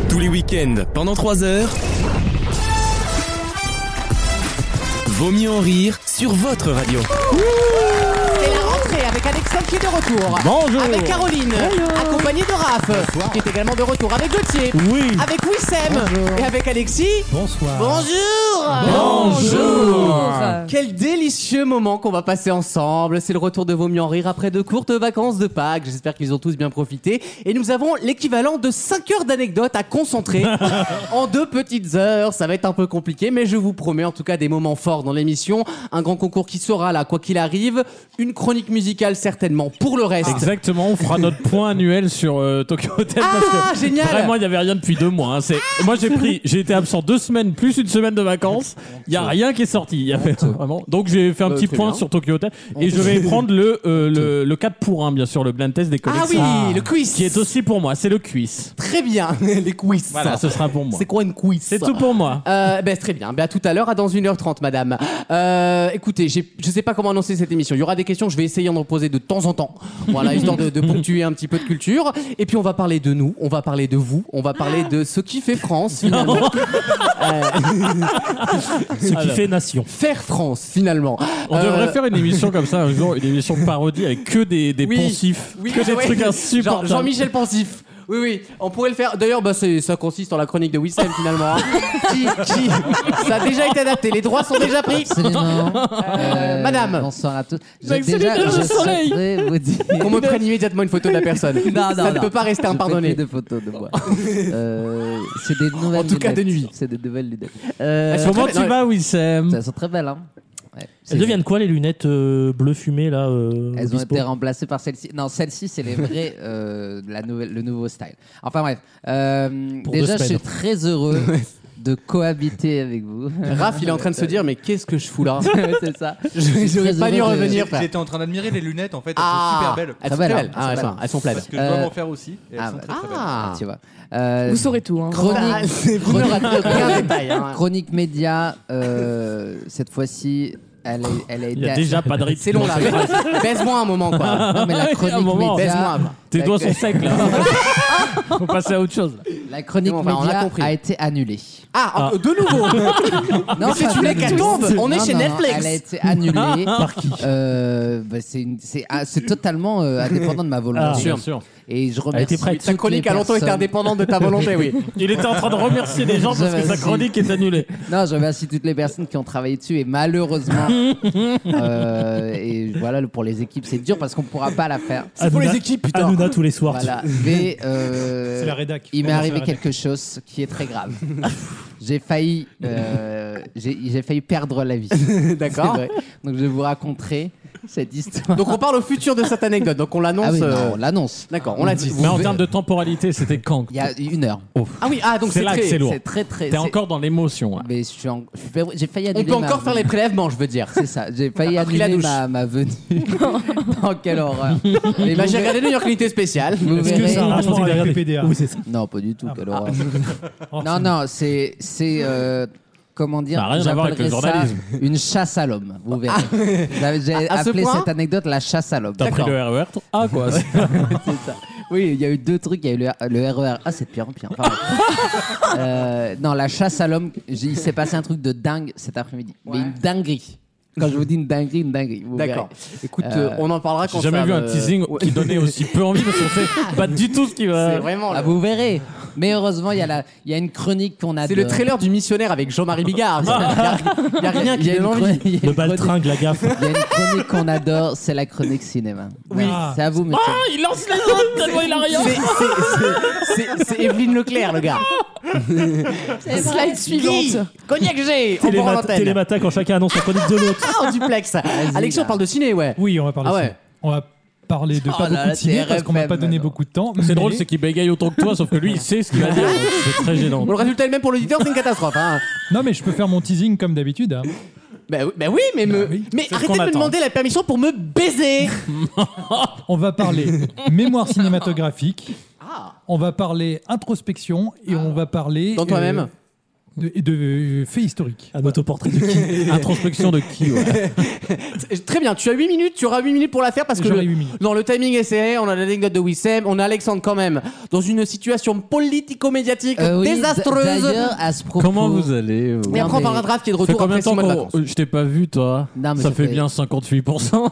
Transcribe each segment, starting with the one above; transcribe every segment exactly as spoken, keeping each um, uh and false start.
Tous les week-ends, pendant trois heures, Vaut mieux en rire sur votre radio. C'est la rentrée avec Alexandre qui est de retour. Bonjour. Avec Caroline, Hello. accompagnée de Raph, qui est également de retour. Avec Gauthier. Oui. Avec Wissem. Bonjour. Et avec Alexis. Bonsoir. Bonjour. Bonjour. Quel délicieux moment qu'on va passer ensemble. C'est le retour de Vaut mieux en rire après de courtes vacances de Pâques. J'espère qu'ils ont tous bien profité. Et nous avons l'équivalent de cinq heures d'anecdotes à concentrer en deux petites heures. Ça va être un peu compliqué, mais je vous promets en tout cas des moments forts dans l'émission. Un grand concours qui sera là, quoi qu'il arrive. Une chronique musicale certainement. Pour le reste. Exactement, on fera notre point annuel sur euh, Tokyo Hotel Ah, parce que génial. vraiment il n'y avait rien depuis deux mois. Hein. C'est... Moi j'ai pris, j'ai été absent deux semaines plus une semaine de vacances. Il n'y a rien qui est sorti. Il y avait vraiment. Donc j'ai fait un Bah, petit très point bien. sur Tokyo Hotel et je vais prendre le euh, le, le quatre pour un bien sûr, le blind test des Ah collections. oui, le quiz. Qui est aussi pour moi, c'est le quiz. Très bien, les quiz. Voilà, ce sera pour moi. C'est quoi une quiz? C'est tout pour moi. Euh, ben, très bien. Ben, à tout à l'heure, à dans une heure trente, madame. Euh, écoutez, j'ai, je sais pas comment annoncer cette émission. Il y aura des questions que je vais essayer d'en poser de temps en temps. Voilà, histoire de, de ponctuer un petit peu de culture. Et puis, on va parler de nous, on va parler de vous, on va parler de ce qui fait France, finalement. Euh, Ce qui Alors. fait nation. faire France, finalement. On Euh, devrait faire une émission comme ça un jour, une émission de parodie avec que des, des Oui. poncifs, Oui, que des ouais. trucs insupportables. Jean- Jean-Michel Pensif. Oui, oui, on pourrait le faire. D'ailleurs, bah, c'est, ça consiste en la chronique de Wissem finalement. hein. qui, qui, ça a déjà été adapté. Les droits sont déjà pris. Absolument. Euh, madame. Bonsoir à tous. Je, Avec ses déjà, lunettes de je soleil. souhaiterais vous dire. Qu'on me prenne immédiatement une photo de la personne. Non, non, ça ne non. peut pas rester Je fais impardonné. plus de photos de moi. Euh, c'est des nouvelles En tout cas, lunettes. de nuit. C'est des nouvelles lunettes. Euh, Elles sont Comment très- tu non, vas, Wissem? elles sont très belles, hein. Ouais, c'est- Elles deviennent quoi les lunettes euh, bleu fumé là euh, Elles ont dispo été remplacées par celles-ci. Non, celles-ci, c'est les vrais, euh, la nouvelle, le nouveau style. Enfin bref. Euh, Pour déjà, deux je suis semaines. très heureux de cohabiter avec vous. Raph, il est en train de se dire, mais qu'est-ce que je fous là? C'est ça. Je J'aurais très pas dû heureux de- revenir. frère. J'étais en train d'admirer les lunettes, en fait, elles Ah, sont super belles. elles sont Très très belles, belles. hein. Ah, elles Très sont, elles sont pleines. Parce que je dois Euh, m'en faire aussi. Et elles ah, sont bah, très, très belles. Ah, Tu vois. Euh, Vous saurez tout. Hein. Chronique, Ah, c'est- vous ne ratez aucun détail. hein. chronique média, euh, cette fois-ci, elle, est- elle a été. Il n'y a déjà pas de rythme. C'est long là. Baise-moi un moment quoi. Non, mais la Un chronique moment. média. Baise-moi. quoi. Tes La- doigts sont secs là. Faut passer à autre chose. La chronique Enfin, on l'a média compris. a été annulée. Ah, de nouveau. Non, Mais c'est pas une de- hécatombe. On est Non, chez non, non, Netflix. Elle a été annulée. Par qui euh, bah, c'est, une- c'est, ah, c'est totalement euh, indépendant de ma volonté. Ah, Bien sûr. Et je Elle remercie. était prête. Ta chronique a longtemps été personnes- indépendante de ta volonté, oui. Il était en train de remercier les gens parce que sa Merci. chronique est annulée. Non, je remercie toutes les personnes qui ont travaillé dessus et malheureusement, euh, et voilà, pour les équipes, c'est dur parce qu'on pourra pas la faire. C'est pour les équipes, putain. Hanouna tous les soirs. Voilà. Mais euh, C'est la rédac. il m'est Vraiment, arrivé c'est la rédac. quelque chose qui est très grave. J'ai failli, euh, j'ai, j'ai failli perdre la vie. D'accord. C'est vrai. Donc je vous raconterai cette histoire. Donc on parle au futur de cette anecdote. Donc on l'annonce. ah oui, euh, non, on l'annonce. D'accord, on l'a dit. Mais en termes de temporalité, c'était quand? Il y a une heure. Ah oui, ah donc C'est c'est là très- que c'est lourd. C'est très très. T'es c'est- encore dans l'émotion. hein. Mais je suis en- je fais- j'ai failli On annuler. peut ma encore faire les prélèvements, je veux dire. C'est ça. J'ai failli T'as pris la annuler douche. ma, ma venue. Non, quelle horreur. Mais Bah, vous j'ai verrez- regardé New York Unité Spéciale. vous Est-ce que verrez- ça a un rapport Avec avec le P D A? Oui, c'est ça. Non, pas du tout. Quelle Ah. horreur. Oh, Non, c'est- non, c'est. c'est euh, comment dire Ça n'a rien à voir avec le j'appellerais ça journalisme. une chasse à l'homme. Vous verrez. J'avais- J'ai À- à ce appelé point cette anecdote la chasse à l'homme. T'as pris D'accord. le R E R A quoi. C'est ça. Oui, il y a eu deux trucs. Il y a eu le, le R E R. Ah, c'est de pire en pire. Enfin, bref. Euh, non, la chasse à l'homme, j'ai- il s'est passé un truc de dingue cet après-midi. Mais une dinguerie. Quand je vous dis une dinguerie, une dinguerie. vous D'accord. verrez. Écoute, Euh, euh, on en parlera quand J'ai jamais ça vu un me- teasing qui donnait aussi peu envie parce qu'on sait pas du tout ce qui C'est va. vraiment. Ah, le- vous verrez. Mais heureusement, il y, a la- il y a une chronique qu'on a. C'est le trailer du missionnaire avec Jean-Marie Bigard. Il y a, il y a rien Il qui y a une donne envie. chronique- il y a Le une chronique- baltringue, la gaffe. il y a une chronique qu'on adore, c'est la chronique cinéma. Oui. C'est à vous, monsieur. Ah, il lance les autres tellement il a rien. C'est- c'est- c'est- C'est c'est Evelyne Leclerc, le gars. Slide suivante. Cognac G, on prend Télémat- l'antenne. Télématin quand chacun annonce la chronique de l'autre. Ah, en duplex. Alexis, on là. parle de ciné, ouais. Oui, on va parler Ah de ouais. ciné. On va parler de Oh pas là beaucoup là, de ciné c'est parce qu'on m'a R F M pas donné maintenant. beaucoup de temps. C'est mais- drôle, c'est qu'il bégaye autant que toi, sauf que lui, il sait ce qu'il va dire. C'est très gênant. Bon, le résultat est le même pour l'auditeur, c'est une catastrophe. Hein. Non, mais je peux faire mon teasing comme d'habitude. hein. Bah, oui- bah oui, mais, me... oui. mais C'est ce arrêtez qu'on de me attend. demander la permission pour me baiser. On va parler mémoire cinématographique. Ah. On va parler introspection et on va parler. Dans toi-même. De, et de faits historiques. Un autoportrait de qui? Introspection de qui ouais. Très bien, tu as huit minutes, tu auras huit minutes pour la faire parce que J'aurai le, huit minutes. non, le timing est serré, on a l'anecdote de Wissem, on a Alexandre quand même dans une situation politico-médiatique Euh, oui, d- désastreuse. D'ailleurs, à ce propos. Comment vous allez vous Et après, on Non, parlera mais- de draft qui est de Ça fait retour combien après de six temps mois de qu'on... vacances. Je t'ai pas vu, toi. Non, mais ça ça fait fait- bien cinquante-huit pour cent.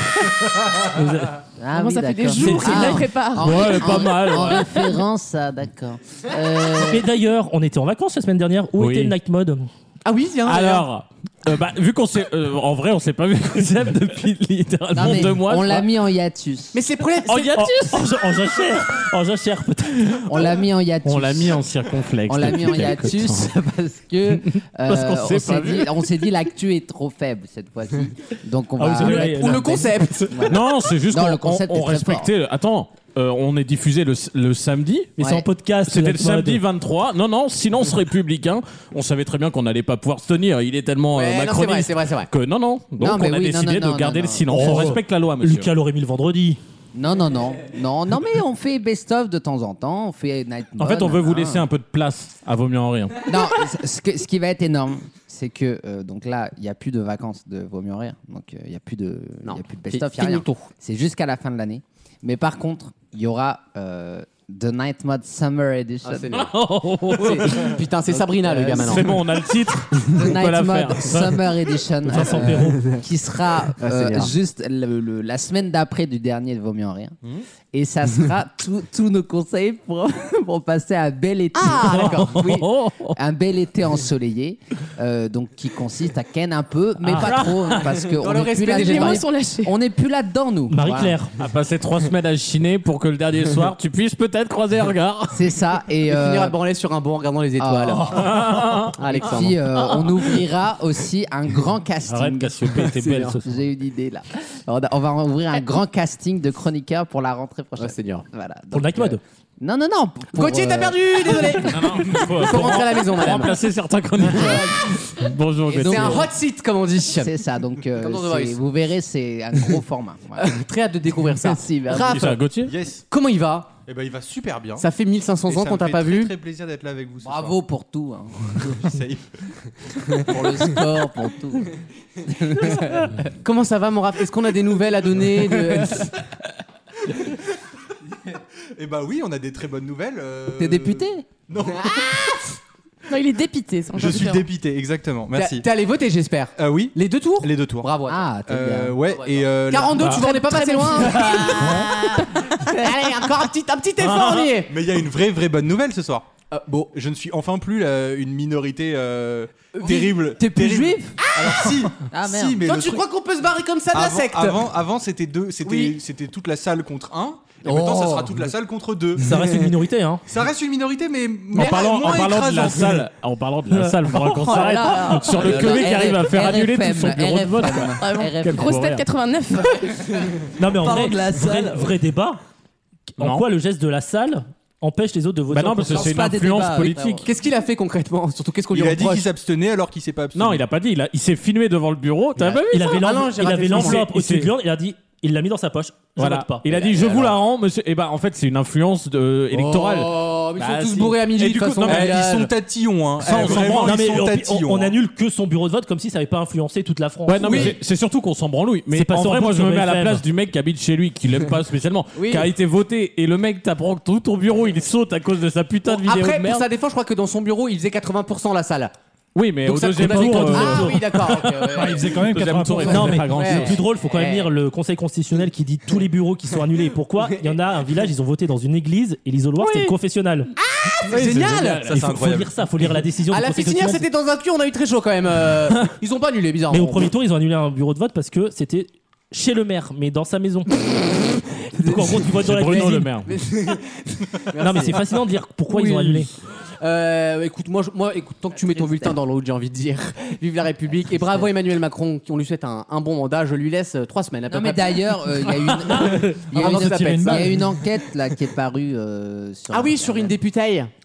Ah, Moi, oui, ça fait des d'accord. jours C'est- qu'il ah, la prépare. en- Ouais, pas en- mal, En ouais. référence à. D'accord. Euh, Mais d'ailleurs, on était en vacances la semaine dernière. Où Oui. était le night mode? Ah oui, tiens. d'ailleurs. Alors, euh, bah, vu qu'on s'est... euh, en vrai, on s'est pas vu Joseph depuis littéralement non, mais deux mois. on je l'a crois. mis en hiatus. Mais c'est problème. En c'est- hiatus En, en, en jachère. En jachère, peut-être. On l'a mis en hiatus. On l'a mis en circonflexe. On l'a mis en depuis quelque hiatus temps. parce que euh, Parce qu'on s'est on pas s'est vu. dit, on s'est dit l'actu est trop faible cette fois-ci. Donc on Ah va. oui, c'est vrai, mettre Ou la le peine. concept. Voilà. Non, c'est juste Non, qu'on le concept on- est on très respectait... Attends, euh, on est diffusé le, le samedi. Mais c'est Ouais. en podcast. C'était le night mode. samedi vingt-trois. Non, non, silence républicain. On savait très bien qu'on n'allait pas pouvoir se tenir. Il est tellement Ouais, euh, non, c'est vrai, macroniste c'est vrai, c'est vrai. que non, non. Donc Non, mais on a oui, non, décidé non, non, de garder non, le non. silence. Oh, on respecte la loi, monsieur. Lucas l'aurait mis le vendredi. Non, non, non, non, non, mais on fait best-of de temps en temps. On fait night mode. En fait, on veut vous hein. laisser un peu de place à Vaut mieux en rire. Non, c- ce, que- ce qui va être énorme, c'est que euh, donc là, il n'y a plus de vacances de Vaut mieux en rire. Donc euh, il n'y a plus de, il y a plus de best-of, il n'y a rien. Finito. C'est jusqu'à la fin de l'année. Mais par contre, il y aura euh, The Night Mode Summer Edition. Ah, c'est bien. C'est- Putain, c'est Sabrina le gars maintenant. C'est bon, on a le titre. The peut la Night Mode faire. Summer Edition, Vincent euh, Perrault. qui sera Ah, euh, c'est bien. juste le- le- la semaine d'après du dernier de Vaut mieux en rire. Mmh. Et ça sera tout- tous nos conseils pour, pour passer un bel été. Ah, d'accord. Oui, Oh. un bel été ensoleillé, euh, donc qui consiste à ken un peu, mais Ah. pas trop, hein, parce que Dans on le n'est plus respect là. des Les gens. mots sont lâchés. On n'est plus là-dedans, nous. Marie-Claire. À passer trois semaines à chiner pour que le dernier soir, tu puisses peut-être croiser un regard. Voilà. C'est ça. Et, Et euh, finir à branler sur un banc en regardant les étoiles. et Alexandre. puis, euh, on ouvrira aussi un grand casting. Arrête, Cassiopée, t'es belle. ce soir. J'ai une idée là. On a- on va ouvrir un grand casting de chroniqueurs pour la rentrée prochaine. Ah, Seigneur. Voilà. Pour le Donc, night mode. euh, Non, non, non. pour- pour, Gauthier, euh, t'as perdu, désolé. Non, non, faut, Faut rentrer à la maison, faut madame. remplacer certains chroniqueurs. Bonjour, Et Gauthier. C'est un hot seat, comme on dit. C'est ça. Donc, euh, Comme dans The c'est- Voice. vous verrez, c'est un gros format. Voilà. Très hâte de découvrir ça. Merci, merci. Raph, Ça, Gauthier Yes. comment il va? Eh ben, il va super bien. Ça fait mille cinq cents Et ans ça qu'on me t'a fait pas très, vu. très plaisir d'être là avec vous. ce Bravo pour tout. hein. soir. J'essaye. Pour le score, pour tout. Comment ça va, mon Raph? Est-ce qu'on a des nouvelles à donner de- Eh ben oui, on a des très bonnes nouvelles. euh, T'es député? Non, Non, il est dépité. c'est encore je suis différent. dépité, exactement. T'es Merci. t'es allé voter, j'espère. Euh, oui, Les deux tours? les deux tours. Bravo. à toi. Ah, t'es Euh, bien. ouais, et euh, la- quarante-deux, tu Bah. n'en es pas passé loin. Allez, encore un petit, un petit effort, on y est. Mais il y a une vraie, vraie bonne nouvelle ce soir. Euh, bon, Je ne suis enfin plus euh, une minorité euh, terrible. T'es plus terrible. juif? Alors si, Ah, merde. si, mais toi, le tu truc- crois qu'on peut se barrer comme ça de la avant, secte? avant, avant, c'était deux, c'était, Oui. c'était toute la salle contre un. Et Oh. maintenant, ça sera toute la salle contre deux. Ça reste une minorité, hein. Ça reste une minorité, mais, En mais parlant, moins en parlant de la écrasante. salle, en parlant de la salle, faudra qu'on Oh là s'arrête là. sur le Euh, queue qui R F- arrive à faire annuler tout R F M, son bureau de vote. R F M. Vraiment. R F M. Quel Grosse horreur. tête quatre-vingt-neuf. Non, mais en Parlons vrai, de la vrai, salle. vrai débat. En Non. quoi le geste de la salle empêche les autres de voter Bah non, en parce que conscience c'est une pas des influence débats, oui, politique. Qu'est-ce qu'il a fait concrètement? Surtout, qu'est-ce qu'on lui Il a dit reproche? qu'il s'abstenait alors qu'il s'est pas abstenu. Non, il a pas dit. Il, a- il s'est filmé devant le bureau. T'as pas vu Il ça avait Ah l'enveloppe non, j'ai il raté avait ça. l'enveloppe Il au-dessus s'est- de l'urne, il a dit, il l'a mis dans sa poche. Je Voilà. vote pas. Il a dit je vous la rends, monsieur. Et bah en fait c'est une influence de- électorale. Oh, mais ils Bah, sont tous si. bourrés à midi, Et de du toute coup, façon. non, mais Eh, Bilal. ils sont tatillons, hein. Ça, on Eh, s'en vraiment, branle. Non, mais ils sont on, tatillons. on hein. annule que son bureau de vote comme si ça n'avait pas influencé toute la France. Ouais, non, mais Oui. c'est- c'est surtout qu'on s'en branlouille. Mais C'est pas en sur vrai, moi, je sur me mets à la B F M. place du mec qui habite chez lui, qui l'aime pas spécialement, Oui. qui a été voté, et le mec t'apprend que tout ton bureau, il saute à cause de sa putain de vidéo Après, de pour merde. sa défense, je crois que dans son bureau, il faisait quatre-vingts pour cent la salle. Oui, mais Donc au ça deuxième compte tour, avec- euh, Ah oui, d'accord. ok, ouais, Ah, ouais. il faisait quand même deuxième tour, il quatre-vingts pour cent. Non, faisait mais pas grand Ouais. le plus drôle, faut quand même Ouais. lire le Conseil constitutionnel qui dit tous les bureaux qui sont annulés. Et pourquoi? Il y en a un village, ils ont voté dans une église et l'isoloir, c'était le confessionnal. C'est génial. Ça, Il c'est faut, faut incroyable. lire ça, faut lire la décision À du la Conseil fistinière, constitutionnel. c'était dans un cul, on a eu très chaud quand même. euh, Ils ont pas annulé, bizarre. Mais au premier tour, ils ont annulé un bureau de vote parce que c'était chez le maire, mais dans sa maison. Donc en gros, tu votes dans c'est la Bruno cuisine. Le Maire. Non, mais c'est fascinant de dire pourquoi ils ont Oui. annulé. Euh, écoute, moi, je- moi, écoute, tant que tu mets ton bulletin dans l'autre, j'ai envie de dire, vive la République et bravo Emmanuel Macron, qui on lui souhaite un, un bon mandat. Je lui laisse euh, trois semaines à peu Non, mais près. d'ailleurs, euh, il y a une, il y a Avant une- de se tirer une il y a balle. une enquête là qui est parue euh, sur. Ah oui, sur une Internet. députée.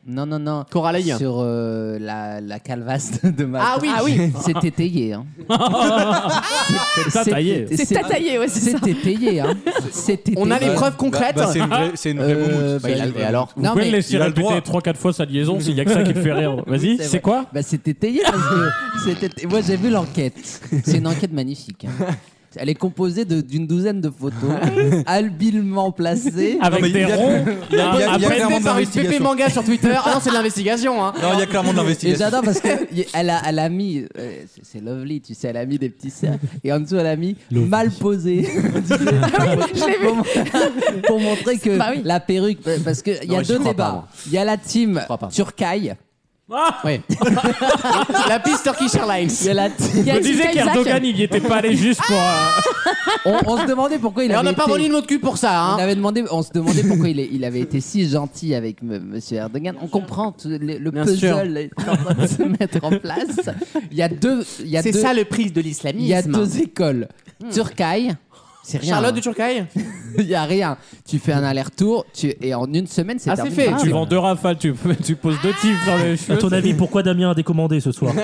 Non, non, non. Coralie. Sur euh, la, la calvasse de ma. Ah oui. Ah oui. C'est étayé. Hein. C'est ça taillé. C'est tataillé, ouais, c'est ça. C'est étayé. Hein. C'est étayé. On a les Bah, preuves bah, concrètes. bah, c'est une vraie, c'est une vraie Euh, moumoute. bah, C'est il a- une vraie et alors moumoute. Vous Non, pouvez mais me laisser il a le répéter droit. trois quatre fois sa liaison s'il y a que ça qui te fait rire. Vas-y, C'est c'est vrai. quoi Bah, c'est étayé parce que c'était. Moi, j'ai vu l'enquête. C'est une enquête magnifique. hein. Elle est composée de- d'une douzaine de photos, habilement placées. Avec mais des il y a- ronds. il y a- il y a- il y a Après, clairement de par une P P l'investigation. Manga sur Twitter. Ah non, c'est de l'investigation. Hein. Non, il y a clairement de Et l'investigation. j'adore parce qu'elle a, elle a mis, euh, c'est- c'est lovely, tu sais, elle a mis des petits cercles et en dessous elle a mis mal posé. pour, pour montrer que Bah oui. la perruque, parce qu'il y Non, a j'y deux crois pas, débats. moi. Il y a la team crois pas. Turcaille, Oui. La piste Turkish Airlines. il y a la Il y a Je une disais petite qu'Erdogan, Isaac. il y était pas allé juste pour. euh, on, on se demandait pourquoi il Et on avait n'a pas été- volé notre cul pour ça. on Hein. avait demandé, on se demandait pourquoi il, est- il avait été si gentil avec M. Monsieur Erdogan. On comprend tout le, le Bien sûr. puzzle est en train de se mettre en place. Il y a deux, il y a C'est deux, ça le prix de il y a l'islamisme. deux écoles. Turcaille, c'est rien. Charlotte hein. de Turcaille. Il y a rien. Tu fais un aller-retour, tu et en une semaine c'est Ah, c'est terminé. fait. Tu vends deux rafales, tu, tu poses deux types dans les cheveux. À ton avis, pourquoi Damien a décommandé ce soir?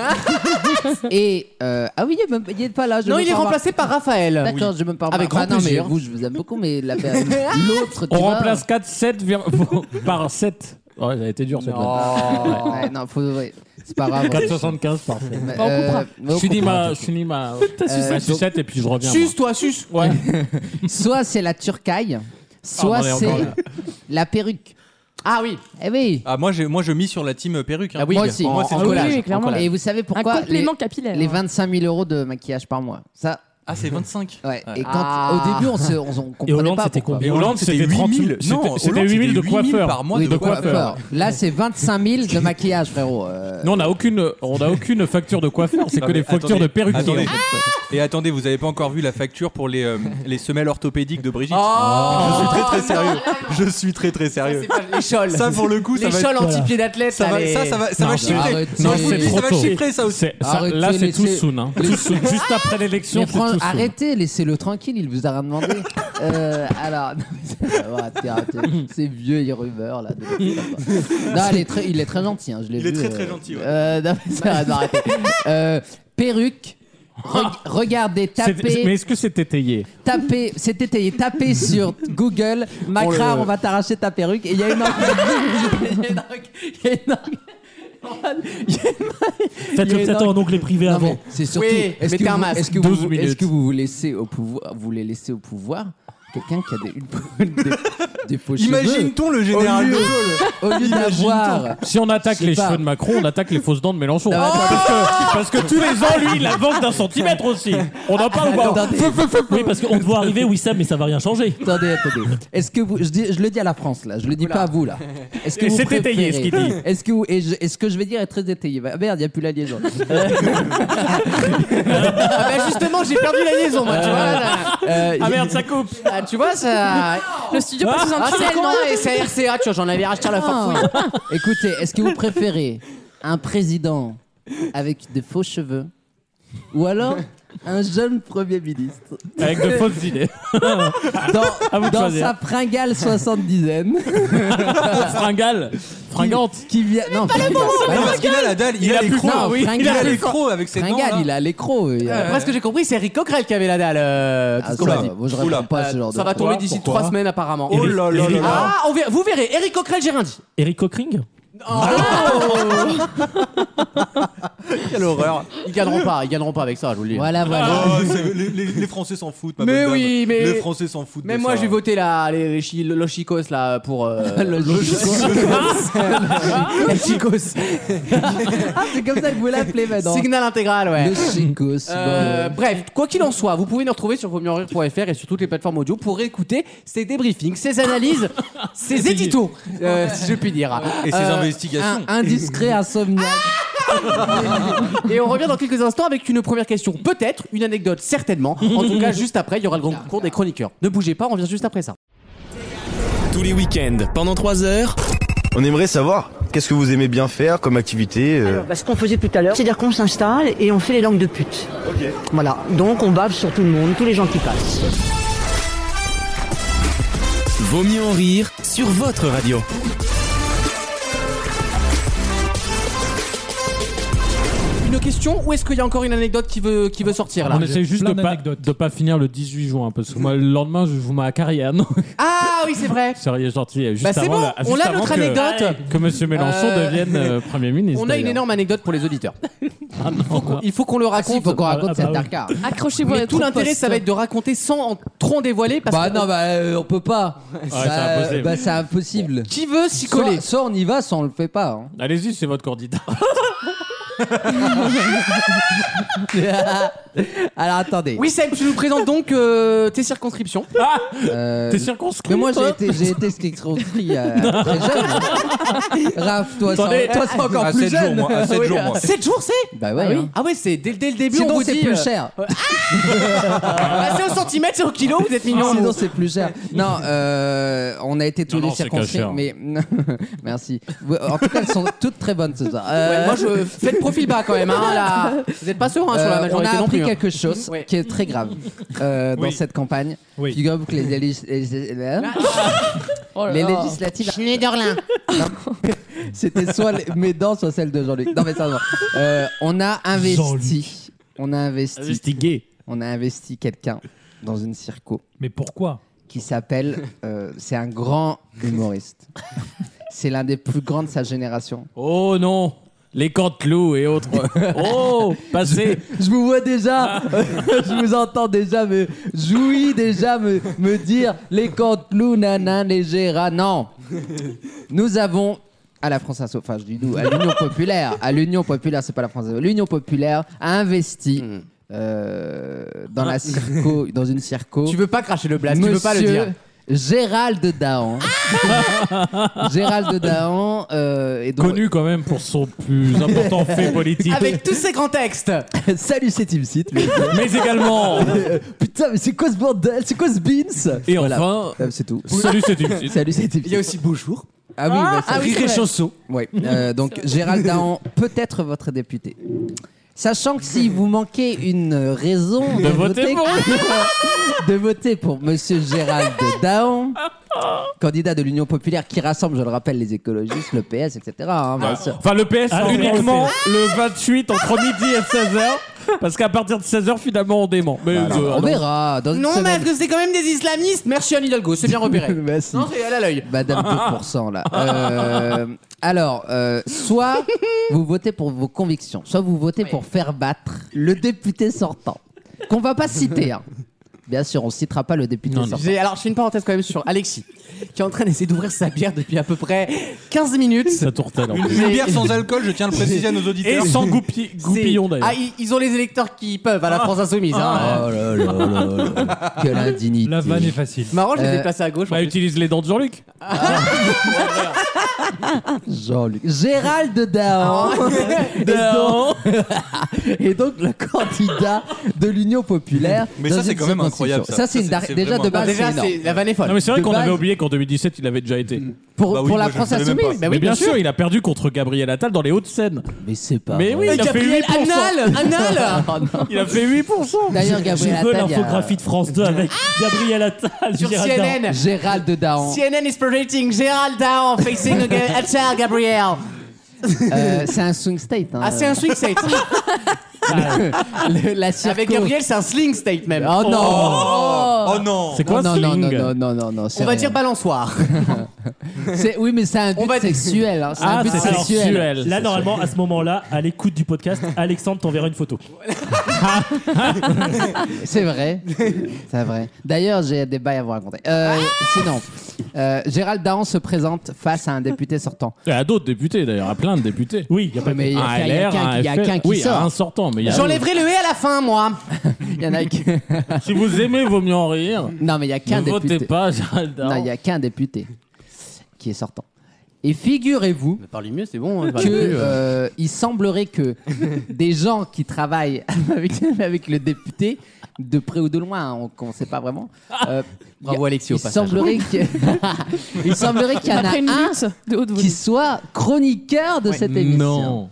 Et euh, ah oui, il est, même, il est pas là. Je Non, veux il est pas avoir- remplacé par Raphaël. D'accord, je me parle Avec grand non, mais plaisir. vous, je vous aime beaucoup, mais la- l'autre. tu On vois, remplace quatre sept vir- par sept. Ouais, ça a été dur cette vanne. ouais, non, faut, ouais, c'est pas grave. quatre soixante-quinze par sept. Mais, Bon, on coupera. mais on Je finis coupera. ma, je finis ma, Euh, ma sucette et puis je reviens. Sus, toi, sus. moi. Ouais. Soit c'est la Turcaille, soit on en est c'est encore là. la perruque. Ah oui. Eh oui. Ah, moi, j'ai- moi, je mise sur la team perruque. hein. La wig. Moi aussi. En, Moi, en c'est- Ah oui, collage. oui, clairement. En collage. Et vous savez Un pourquoi les, complément capillaire. les hein. vingt-cinq mille euros de maquillage par mois. Ça. Ah, c'est vingt-cinq. Ouais. Ouais. Et quand Ah. au début on se, on, on comprenait Hollande, pas c'était pourquoi. combien Et Hollande, c'était huit trente mille. mille. Non, C'était- C'était Hollande, huit mille de huit mille coiffeur. par mois Oui, de, de coiffeur. coiffeur. Là, c'est vingt-cinq mille de maquillage, frérot. Euh, Nous, on n'a aucune, on a aucune facture de coiffeur, c'est Ah, que mais des factures attendez, de perruquier. attendez. en fait. Et attendez, vous avez pas encore vu la facture pour les, euh, les semelles orthopédiques de Brigitte. Oh. Je suis très très sérieux. Je suis très très sérieux. C'est pas- Les chols. Ça pour le coup, ça Les va. chols être- anti-pieds d'athlète. Ça là, va, les- ça, ça va, ça Non, va c'est- chiffrer. arrêtez. Non, Non, je vous le c'est dis, ça trop va tôt. chiffrer ça aussi. C'est- ça- Arrêtez, là, c'est tout laissez- soon. Hein. Tout soon. Juste après l'élection, Mais c'est fran- tout soon. arrêtez, laissez-le tranquille, il vous a rien demandé. Euh, alors, non, mais ça va, arrêtez, arrêtez. C'est vieux, il rumeur là. de- Non, il est très, il est très gentil, hein, je l'ai Il vu. est très, euh, très gentil, ouais. euh, non, mais ça va, arrêtez. Euh, perruque. Re- regardez, C'est- tapez, Mais est-ce que c'est étayé? tapez, c'est étayé, tapez sur Google, Macra, Oh, le- on va t'arracher ta perruque. Et il y a une enquête. Il y a une enquête- il y a une enquête- il y a une- Faites-le il y a peut-être une- en onglet privé Non, avant. mais c'est surtout. Oui, est-ce mettez que un vous, masque. est-ce que douze vous, minutes. est-ce que vous vous laissez au pouvoir, vous les laissez au pouvoir quelqu'un qui a des, une- des, des faux cheveux. Imagine-t-on le général Au lieu- de Gaulle Au lieu d'avoir. Si on attaque Je sais les pas. cheveux de Macron, on attaque les fausses dents de Mélenchon. Non, mais attends. parce, que, parce que tous les ans, lui, il avance d'un centimètre aussi. On en parle ou pas? Attendez, Oui, parce qu'on te voit arriver, Wissam, mais ça va rien changer. attendez, attendez. Est-ce que vous, je, dis- je le dis à la France là, je le dis pas à vous là. Est-ce que Et vous c'est étayé, préférez- ce qu'il dit. Est-ce que vous, et je- est-ce que je vais dire est très étayé? Ah, merde, il y a plus la liaison. Ah bah justement, j'ai perdu la liaison, moi, tu vois. là. Euh, Ah merde, ça coupe. Ah, tu vois, ça. Le studio passe sous un Ah, c'est tunnel, con, non et c'est R C A, tu vois, j'en avais racheté à la farfouille. Écoutez, est-ce que vous préférez un président avec de faux cheveux ou alors un jeune premier ministre Avec de fausses idées. dans, À vous de dans choisir. sa fringale soixante-dizaine Fringale. Fringante. qui vient non fringale, Non, parce qu'il a la dalle, il, Il a a les plus crocs. faim, oui. Il a Fringale. les crocs avec ses dents. fringale, là. il a l'écro. il a- Après, ce que j'ai compris, c'est Eric Coquerel qui avait la dalle. euh, tout Ah, ce qu'on ça, m'a dit. moi, je Oula. réponds pas à ce genre Ça de va tomber Pourquoi d'ici Pourquoi trois semaines, apparemment. Oh là là là là. Ah, on verra- vous verrez, Eric Coquerel, j'ai rien dit. Eric Cockring. Quelle horreur. Ils gagneront pas, ils gagneront pas avec ça, je vous le dis. Voilà, voilà. Oh, c'est- les, les- les Français s'en foutent, ma Mais bonne oui, dame. mais- Les Français s'en foutent. Même de moi, ça. je vais voter là, les, les, chi- los chicos là pour. Euh, Le les chicos. Ah, c'est comme ça que vous l'appelez maintenant. Signal intégral, ouais. Le chicos. Euh, bon. bref, quoi qu'il en soit, vous pouvez nous retrouver sur vaut mieux en rire point f r et sur toutes les plateformes audio pour écouter ces débriefings, ces analyses, ces éditos, euh, si je puis dire. Et ses Euh, investigations. Un indiscret insomniaque. Et on revient dans quelques instants avec une première question, peut-être, une anecdote, certainement. En tout cas, juste après, il y aura le grand concours des chroniqueurs. Ne bougez pas, on revient juste après ça. Tous les week-ends, pendant trois heures. On aimerait savoir, qu'est-ce que vous aimez bien faire comme activité euh, Bah, ce qu'on faisait tout à l'heure, c'est-à-dire qu'on s'installe et on fait les langues de pute. Voilà, donc on bave sur tout le monde, tous les gens qui passent. Vaut mieux en rire sur votre radio. question ou est-ce qu'il y a encore une anecdote qui veut, qui veut sortir là? On essaie juste de plein pas, d'anecdotes. de pas finir le dix-huit juin parce que moi le lendemain je joue ma carrière. Non, Ah oui, c'est vrai. sérieux gentil. Juste Bah, c'est avant bon, la- on juste a avant notre que- anecdote. Que Monsieur Mélenchon Euh, devienne euh, Premier ministre. On a une d'ailleurs. énorme anecdote pour les auditeurs. Ah non. Faut qu'on- il faut qu'on le Ah, si, raconte. faut qu'on raconte Ah, cette bah oui. Dakar. Accrochez-vous à Mais les tout l'intérêt, postes. ça va être de raconter sans en trop en dévoiler parce Bah que non, bah euh, on peut pas. c'est Bah, impossible. bah, c'est impossible. qui veut s'y coller? Soit, soit on y va, soit on le fait pas. hein. Allez-y, c'est votre candidat. Alors attendez. Oui, Sam, tu nous présentes donc euh, tes circonscriptions. Euh, T'es circonscrit. mais moi j'ai toi été, j'ai été circonscrit euh, très jeune. Raph, toi, c'est Attendez. toi c'est encore À plus sept jours, jeune. moi. À sept Oui. jours, moi. sept jours, c'est? Bah ouais. hein. Ah ouais, c'est dès, dès le début, on Sinon vous c'est dit. plus euh, cher. bah, c'est au centimètre, c'est au kilo, vous êtes mignons. Sinon c'est plus cher. Non, euh, on a été tous Non, les non, c'est circonscrits, caché, hein. mais merci. En tout cas, elles sont toutes très bonnes ce soir. Euh, Ouais, moi, je fais le profil bas quand même. Hein, là. Vous n'êtes pas serein sur la Euh, on majorité a non appris plus. hein. quelque chose Ouais. qui est très grave euh, dans Oui. cette campagne. Oui. Figurez-vous que les, légis- les- les- Oh là les là. législatives, Schneiderlin. c'était soit les- mes dents, soit celles de Jean-Luc. Non mais ça va. Euh, on a investi, on a investi, Investigué. on a investi quelqu'un dans une circo Mais pourquoi? qui s'appelle, euh, c'est un grand humoriste. C'est l'un des plus grands de sa génération. Oh non, les Canteloup et autres. Oh, passez. Je vous vois déjà, je vous entends déjà me jouir, déjà me, me dire les Canteloup, nanan, les Gérard. Non, nous avons à la France Insoumise, enfin je dis nous, à l'Union Populaire, à l'Union Populaire, c'est pas la France Insoumise, l'Union Populaire a investi euh, dans la circo, dans une circo. Tu veux pas cracher le blast, tu veux pas le Monsieur dire. Gérald Dahan. Gérald Dahan euh, est donc... Connu quand même pour son plus important fait politique. Avec tous ces grands textes. Salut, c'est Team Seat. mais- Mais également. Putain, mais c'est quoi ce bordel? C'est quoi ce beans? Et Voilà. enfin, Euh, c'est tout. salut, c'est une Salut, c'est Team Il y a Seat. aussi Bonjour. Ah oui, bah, ça- Rire et Chausson. Ouais. Euh, donc Gérald Dahan peut être votre député. Sachant que si vous manquez une raison de, De voter pour de voter pour Monsieur Gérald Dahan, candidat de l'Union Populaire qui rassemble, je le rappelle, les écologistes, le P S, et cetera. hein, bien sûr. Enfin, le P S Ah, uniquement on le vingt-huit entre midi et seize heures. Parce qu'à partir de seize heures, finalement, on dément. Mais Voilà, euh, on non. verra. Dans une Non, mais semaine. est-ce que c'est quand même des islamistes? Merci Anne Hidalgo, c'est bien repéré. Merci. Non, c'est elle à l'œil. Madame deux pour cent là. Euh, alors, euh, soit vous votez pour vos convictions, soit vous votez pour faire battre le député sortant, qu'on va pas citer. hein. Bien sûr, on citera pas le député Non, non. sortant. J'ai- Alors, je fais une parenthèse quand même sur Alexis, qui est en train d'essayer d'ouvrir sa bière depuis à peu près quinze minutes. Ça tourtelle en Une, plus. une bière sans alcool, je tiens à le préciser à nos Et auditeurs. sans goupi- goupillon C'est- Ah, d'ailleurs. ils, ils ont les électeurs qui peuvent à la France Insoumise. hein. Oh là là là là. Quelle indignité. La vanne est facile. Marrant, je les ai Euh, placés à gauche. en Bah, plus. utilise les dents de Jean-Luc. Jean-Luc. Gérald Dahan. Et donc- Et donc le candidat de l'Union Populaire. Mais dans ça, c'est une quand même circonscription. incroyable, ça. Ça, c'est Ça, une c'est- dar- c'est déjà vraiment de base, Déjà, c'est énorme. c'est- la vanne est folle. Non, mais c'est vrai De qu'on base- avait oublié qu'en deux mille dix-sept, il avait déjà été. Pour, Bah oui, pour moi, la je France le savais même Insoumise. pas. Bah Mais oui, bien sûr, il a perdu contre Gabriel Attal dans les Hauts-de-Seine. Mais c'est pas. Mais oui, vrai. il a fait Gabriel huit pour cent. Anal Anal Il a fait huit pour cent. D'ailleurs, Je Gabriel veux Attal. il y a- l'infographie de France deux avec Gabriel Attal. sur Gérald C Dahan. N N. Gérald Dahan. C N N is projecting Gérald Dahan facing Ga- Attal Gabriel. Euh, c'est un swing state. hein. Ah, c'est un swing state. Le- la circo. Avec Gabriel, c'est un sling state même. Oh non. Oh non. C'est quoi non, ce non, non, sling non, non, non, non, c'est On va rien. dire balançoire. C'est- Oui, mais c'est un but On va dire- sexuel. hein, C'est Ah, un but c'est sexuel. sexuel. Là, normalement, à ce moment-là, à l'écoute du podcast, Alexandre t'enverra une photo. C'est vrai. C'est vrai. D'ailleurs, j'ai des bails à vous raconter. Euh, sinon, euh, Gérald Dahan se présente face à un député sortant. Et à d'autres députés d'ailleurs, à plein de députés. Oui, il y a pas Mais il y a Un qu'un- il y a L R, qu'un un il y a F L. qu'un qui Oui, sort. un sortant. Mais il y a- J'enlèverai le et à la fin, moi. Il y en a qui- Si vous aimez, vaut mieux en rire. Non, mais il y a qu'un Ne votez député. pas, Gérald Dahan. Non, il y a qu'un député qui est sortant. Et figurez-vous Parlez mieux, c'est bon. hein, que euh, il semblerait que des gens qui travaillent avec, avec le député, de près ou de loin, on ne sait pas vraiment. euh, Bravo, il- Alexis, au il passage. semblerait qu'il il semblerait qu'il y en a Après une un lutte de haute qui volée. soit chroniqueur de cette émission. Non.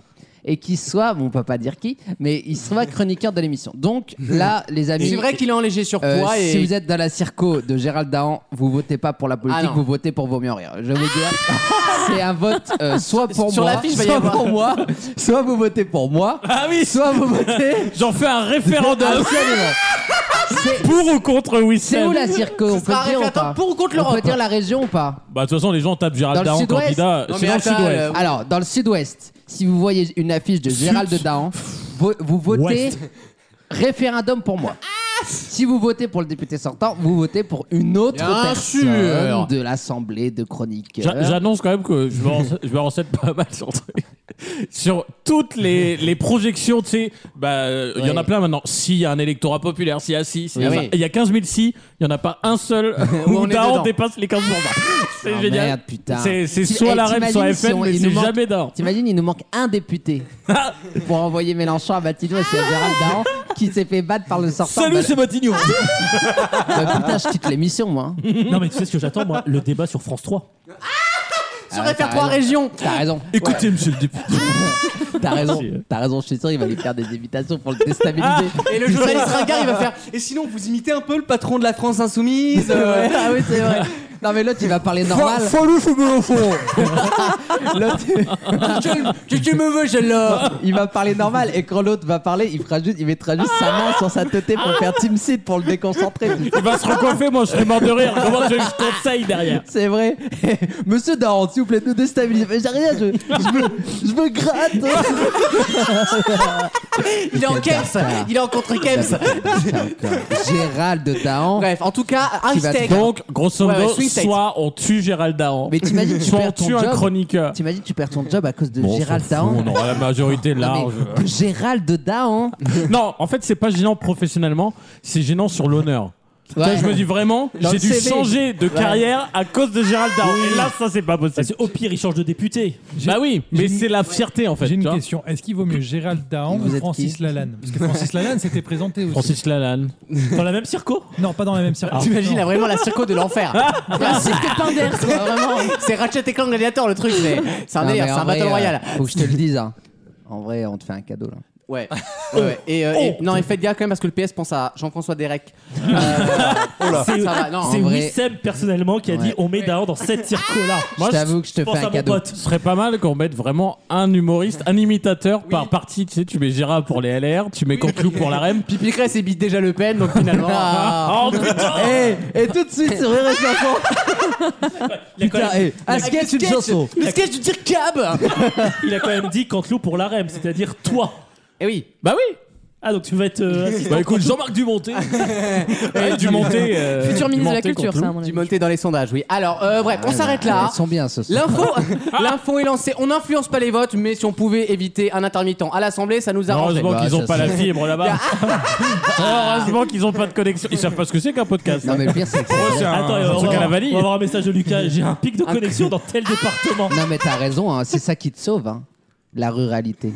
et qu'il soit, bon, on peut pas dire qui, mais il soit chroniqueur de l'émission. Donc là, les amis, C'est vrai qu'il est en léger surpoids euh, et si vous êtes dans la circo de Gérald Dahan, vous votez pas pour la politique, Ah non. vous votez pour Vaut mieux en rire. Je vais vous dire, c'est un vote euh, soit pour Sur moi, l'affiche, va y soit avoir- pour moi, soit vous votez pour moi, Ah oui, soit vous votez. j'en fais un référendum. Absolument. C'est- Pour ou contre C'est Wissem? où la circo? On Ce peut sera un le dire ou référendum pas? pour ou contre On l'Europe. peut dire la région ou pas? Bah, de toute façon, les gens tapent Gérald Dans le Dahan sud-ouest candidat. Non, C'est mais dans le attends, sud-ouest. euh, Alors, dans le sud-ouest, si vous voyez une affiche de Gérald Dahan, vo- vous votez Ouest. référendum pour moi. Si vous votez pour le député sortant, vous votez pour une autre Bien personne sûr. de l'Assemblée de chroniqueurs. J'a- J'annonce quand même que je me renseigne, je me renseigne pas mal sur, sur toutes les, les projections. Tu sais, bah, il y en a Ouais. plein maintenant. S'il y a un électorat populaire, s'il y a si, s'il y a Oui, ça. oui. Il y a quinze mille si, il n'y en a pas un seul Où où on est Dahan dedans. dépasse les quinze pour cent. C'est Oh, génial. merde, putain. C'est c'est T'im- soit eh, la R E M, soit t'imagines si F N, on- mais il c'est nous manque- jamais Dahan. T'imagines, il nous manque un député pour envoyer Mélenchon à Matignon et c'est Gérald Dahan qui s'est fait battre par le sortant. Salut, Bah, c'est Matignon. bah, putain, je quitte l'émission, moi. Non, mais tu sais ce que j'attends, moi? Le débat sur France trois. Sur Ah, répertoire t'as raison. région. T'as raison. Écoutez, monsieur le député. T'as raison. Merci. T'as raison, je suis sûr, il va lui faire des invitations pour le déstabiliser. Et le journaliste ringard, il va faire. Et sinon, vous imitez un peu le patron de la France insoumise. euh, Ouais, ah oui, c'est vrai. Non, mais l'autre, il va parler normal. Salut, c'est Mélenchon. L'autre, Tu tu me veux, je l'ai. il va parler normal. Et quand l'autre va parler, il, fera juste, il mettra juste sa main sur sa tête pour faire team seat pour le déconcentrer. Il va se recoiffer, moi je serais mort de rire. Comment tu veux que je conseille derrière? C'est vrai. Monsieur Dahan, s'il vous plaît, nous déstabilisez. Mais j'ai rien, je, je, me, je me gratte. Il est en Kems. Il est en contre Kems. Gérald Dahan. Bref, en tout cas, un Qui va te steak. Donc, grosso Ouais, ouais, modo, swing state. soit on tue Gérald Dahan, Mais t'imagines, tu soit on perds ton tue un job. chroniqueur. T'imagines, tu perds ton job à cause de Bon, on Gérald s'en fout, Dahan. on aura la majorité Non, large. mais Gérald Dahan. Non, en fait, c'est pas gênant professionnellement, c'est gênant sur l'honneur. Tu vois, Ouais. je me dis vraiment, Dans j'ai le dû C V. changer de carrière à cause de Gérald Dahan. Et là, ça, c'est pas Bah, possible. c'est- au pire, il change de député. J'ai- Bah oui, j'ai mais une- c'est la fierté en fait. J'ai une tu vois. question. Est-ce qu'il vaut mieux Gérald Dahan Vous ou êtes Francis qui Lalanne? Parce que Francis Lalanne s'était présenté aussi. Francis Lalanne. Dans la même circo? Non, pas dans la même circo. T'imagines Non. là, vraiment la circo de l'enfer. Un cirque Pinder, quoi, vraiment. C'est Ratchet et Clank Gladiator le truc, c'est c'est un Non, délire, mais c'est en un battle vrai, royal. euh, Faut que je te le dise. Hein. En vrai, on te fait un cadeau là. Ouais. ouais, ouais. Et, euh, et- non, et faites gaffe quand même parce que le P S pense à Jean-François Derek. Euh, C'est ça va, non, c'est en vrai- Wissem personnellement qui a dit Ouais. on met Dahan dans cette circo-là. Je t'avoue que je te pense fais à un mon cadeau. pote. Ce serait pas mal qu'on mette vraiment un humoriste, un imitateur par partie. Tu sais, tu mets Gérard pour les L R, tu mets Canteloup pour la R E M. Pipi Cresse et bite déjà Le Pen, donc finalement. Ah. Oh putain! Et, et tout de suite sur Rire et Chanson. Il a, quand Putain, même, et, un sketch, une chanson. Le sketch du dire cab. il a quand même dit Canteloup pour la R E M, c'est-à-dire toi. Eh oui. Bah oui! Ah, donc tu vas être euh, assistant. Bah écoute, Jean-Marc Dumonté. Ouais, Dumonté. euh, Futur ministre de la Dumonté, Culture, ça, à Canteloup. mon Du avis. monté dans les sondages, oui. Alors, euh, bref, on s'arrête là. Ils sont bien ce soir. L'info, l'info est lancée. On n'influence pas les votes, mais si on pouvait éviter un intermittent à l'Assemblée, ça nous arrangerait. Heureusement Bah, qu'ils ont ça, pas c'est- la fibre là-bas. Heureusement qu'ils ont pas de connexion. Ils savent pas ce que c'est qu'un podcast. Non mais le pire c'est que Ouais, c'est un, Attends, un on, truc va à la avoir, vanille. on va avoir un message de Lucas. J'ai un pic de connexion dans tel département. non mais t'as raison, hein, c'est ça qui te sauve, hein. La ruralité.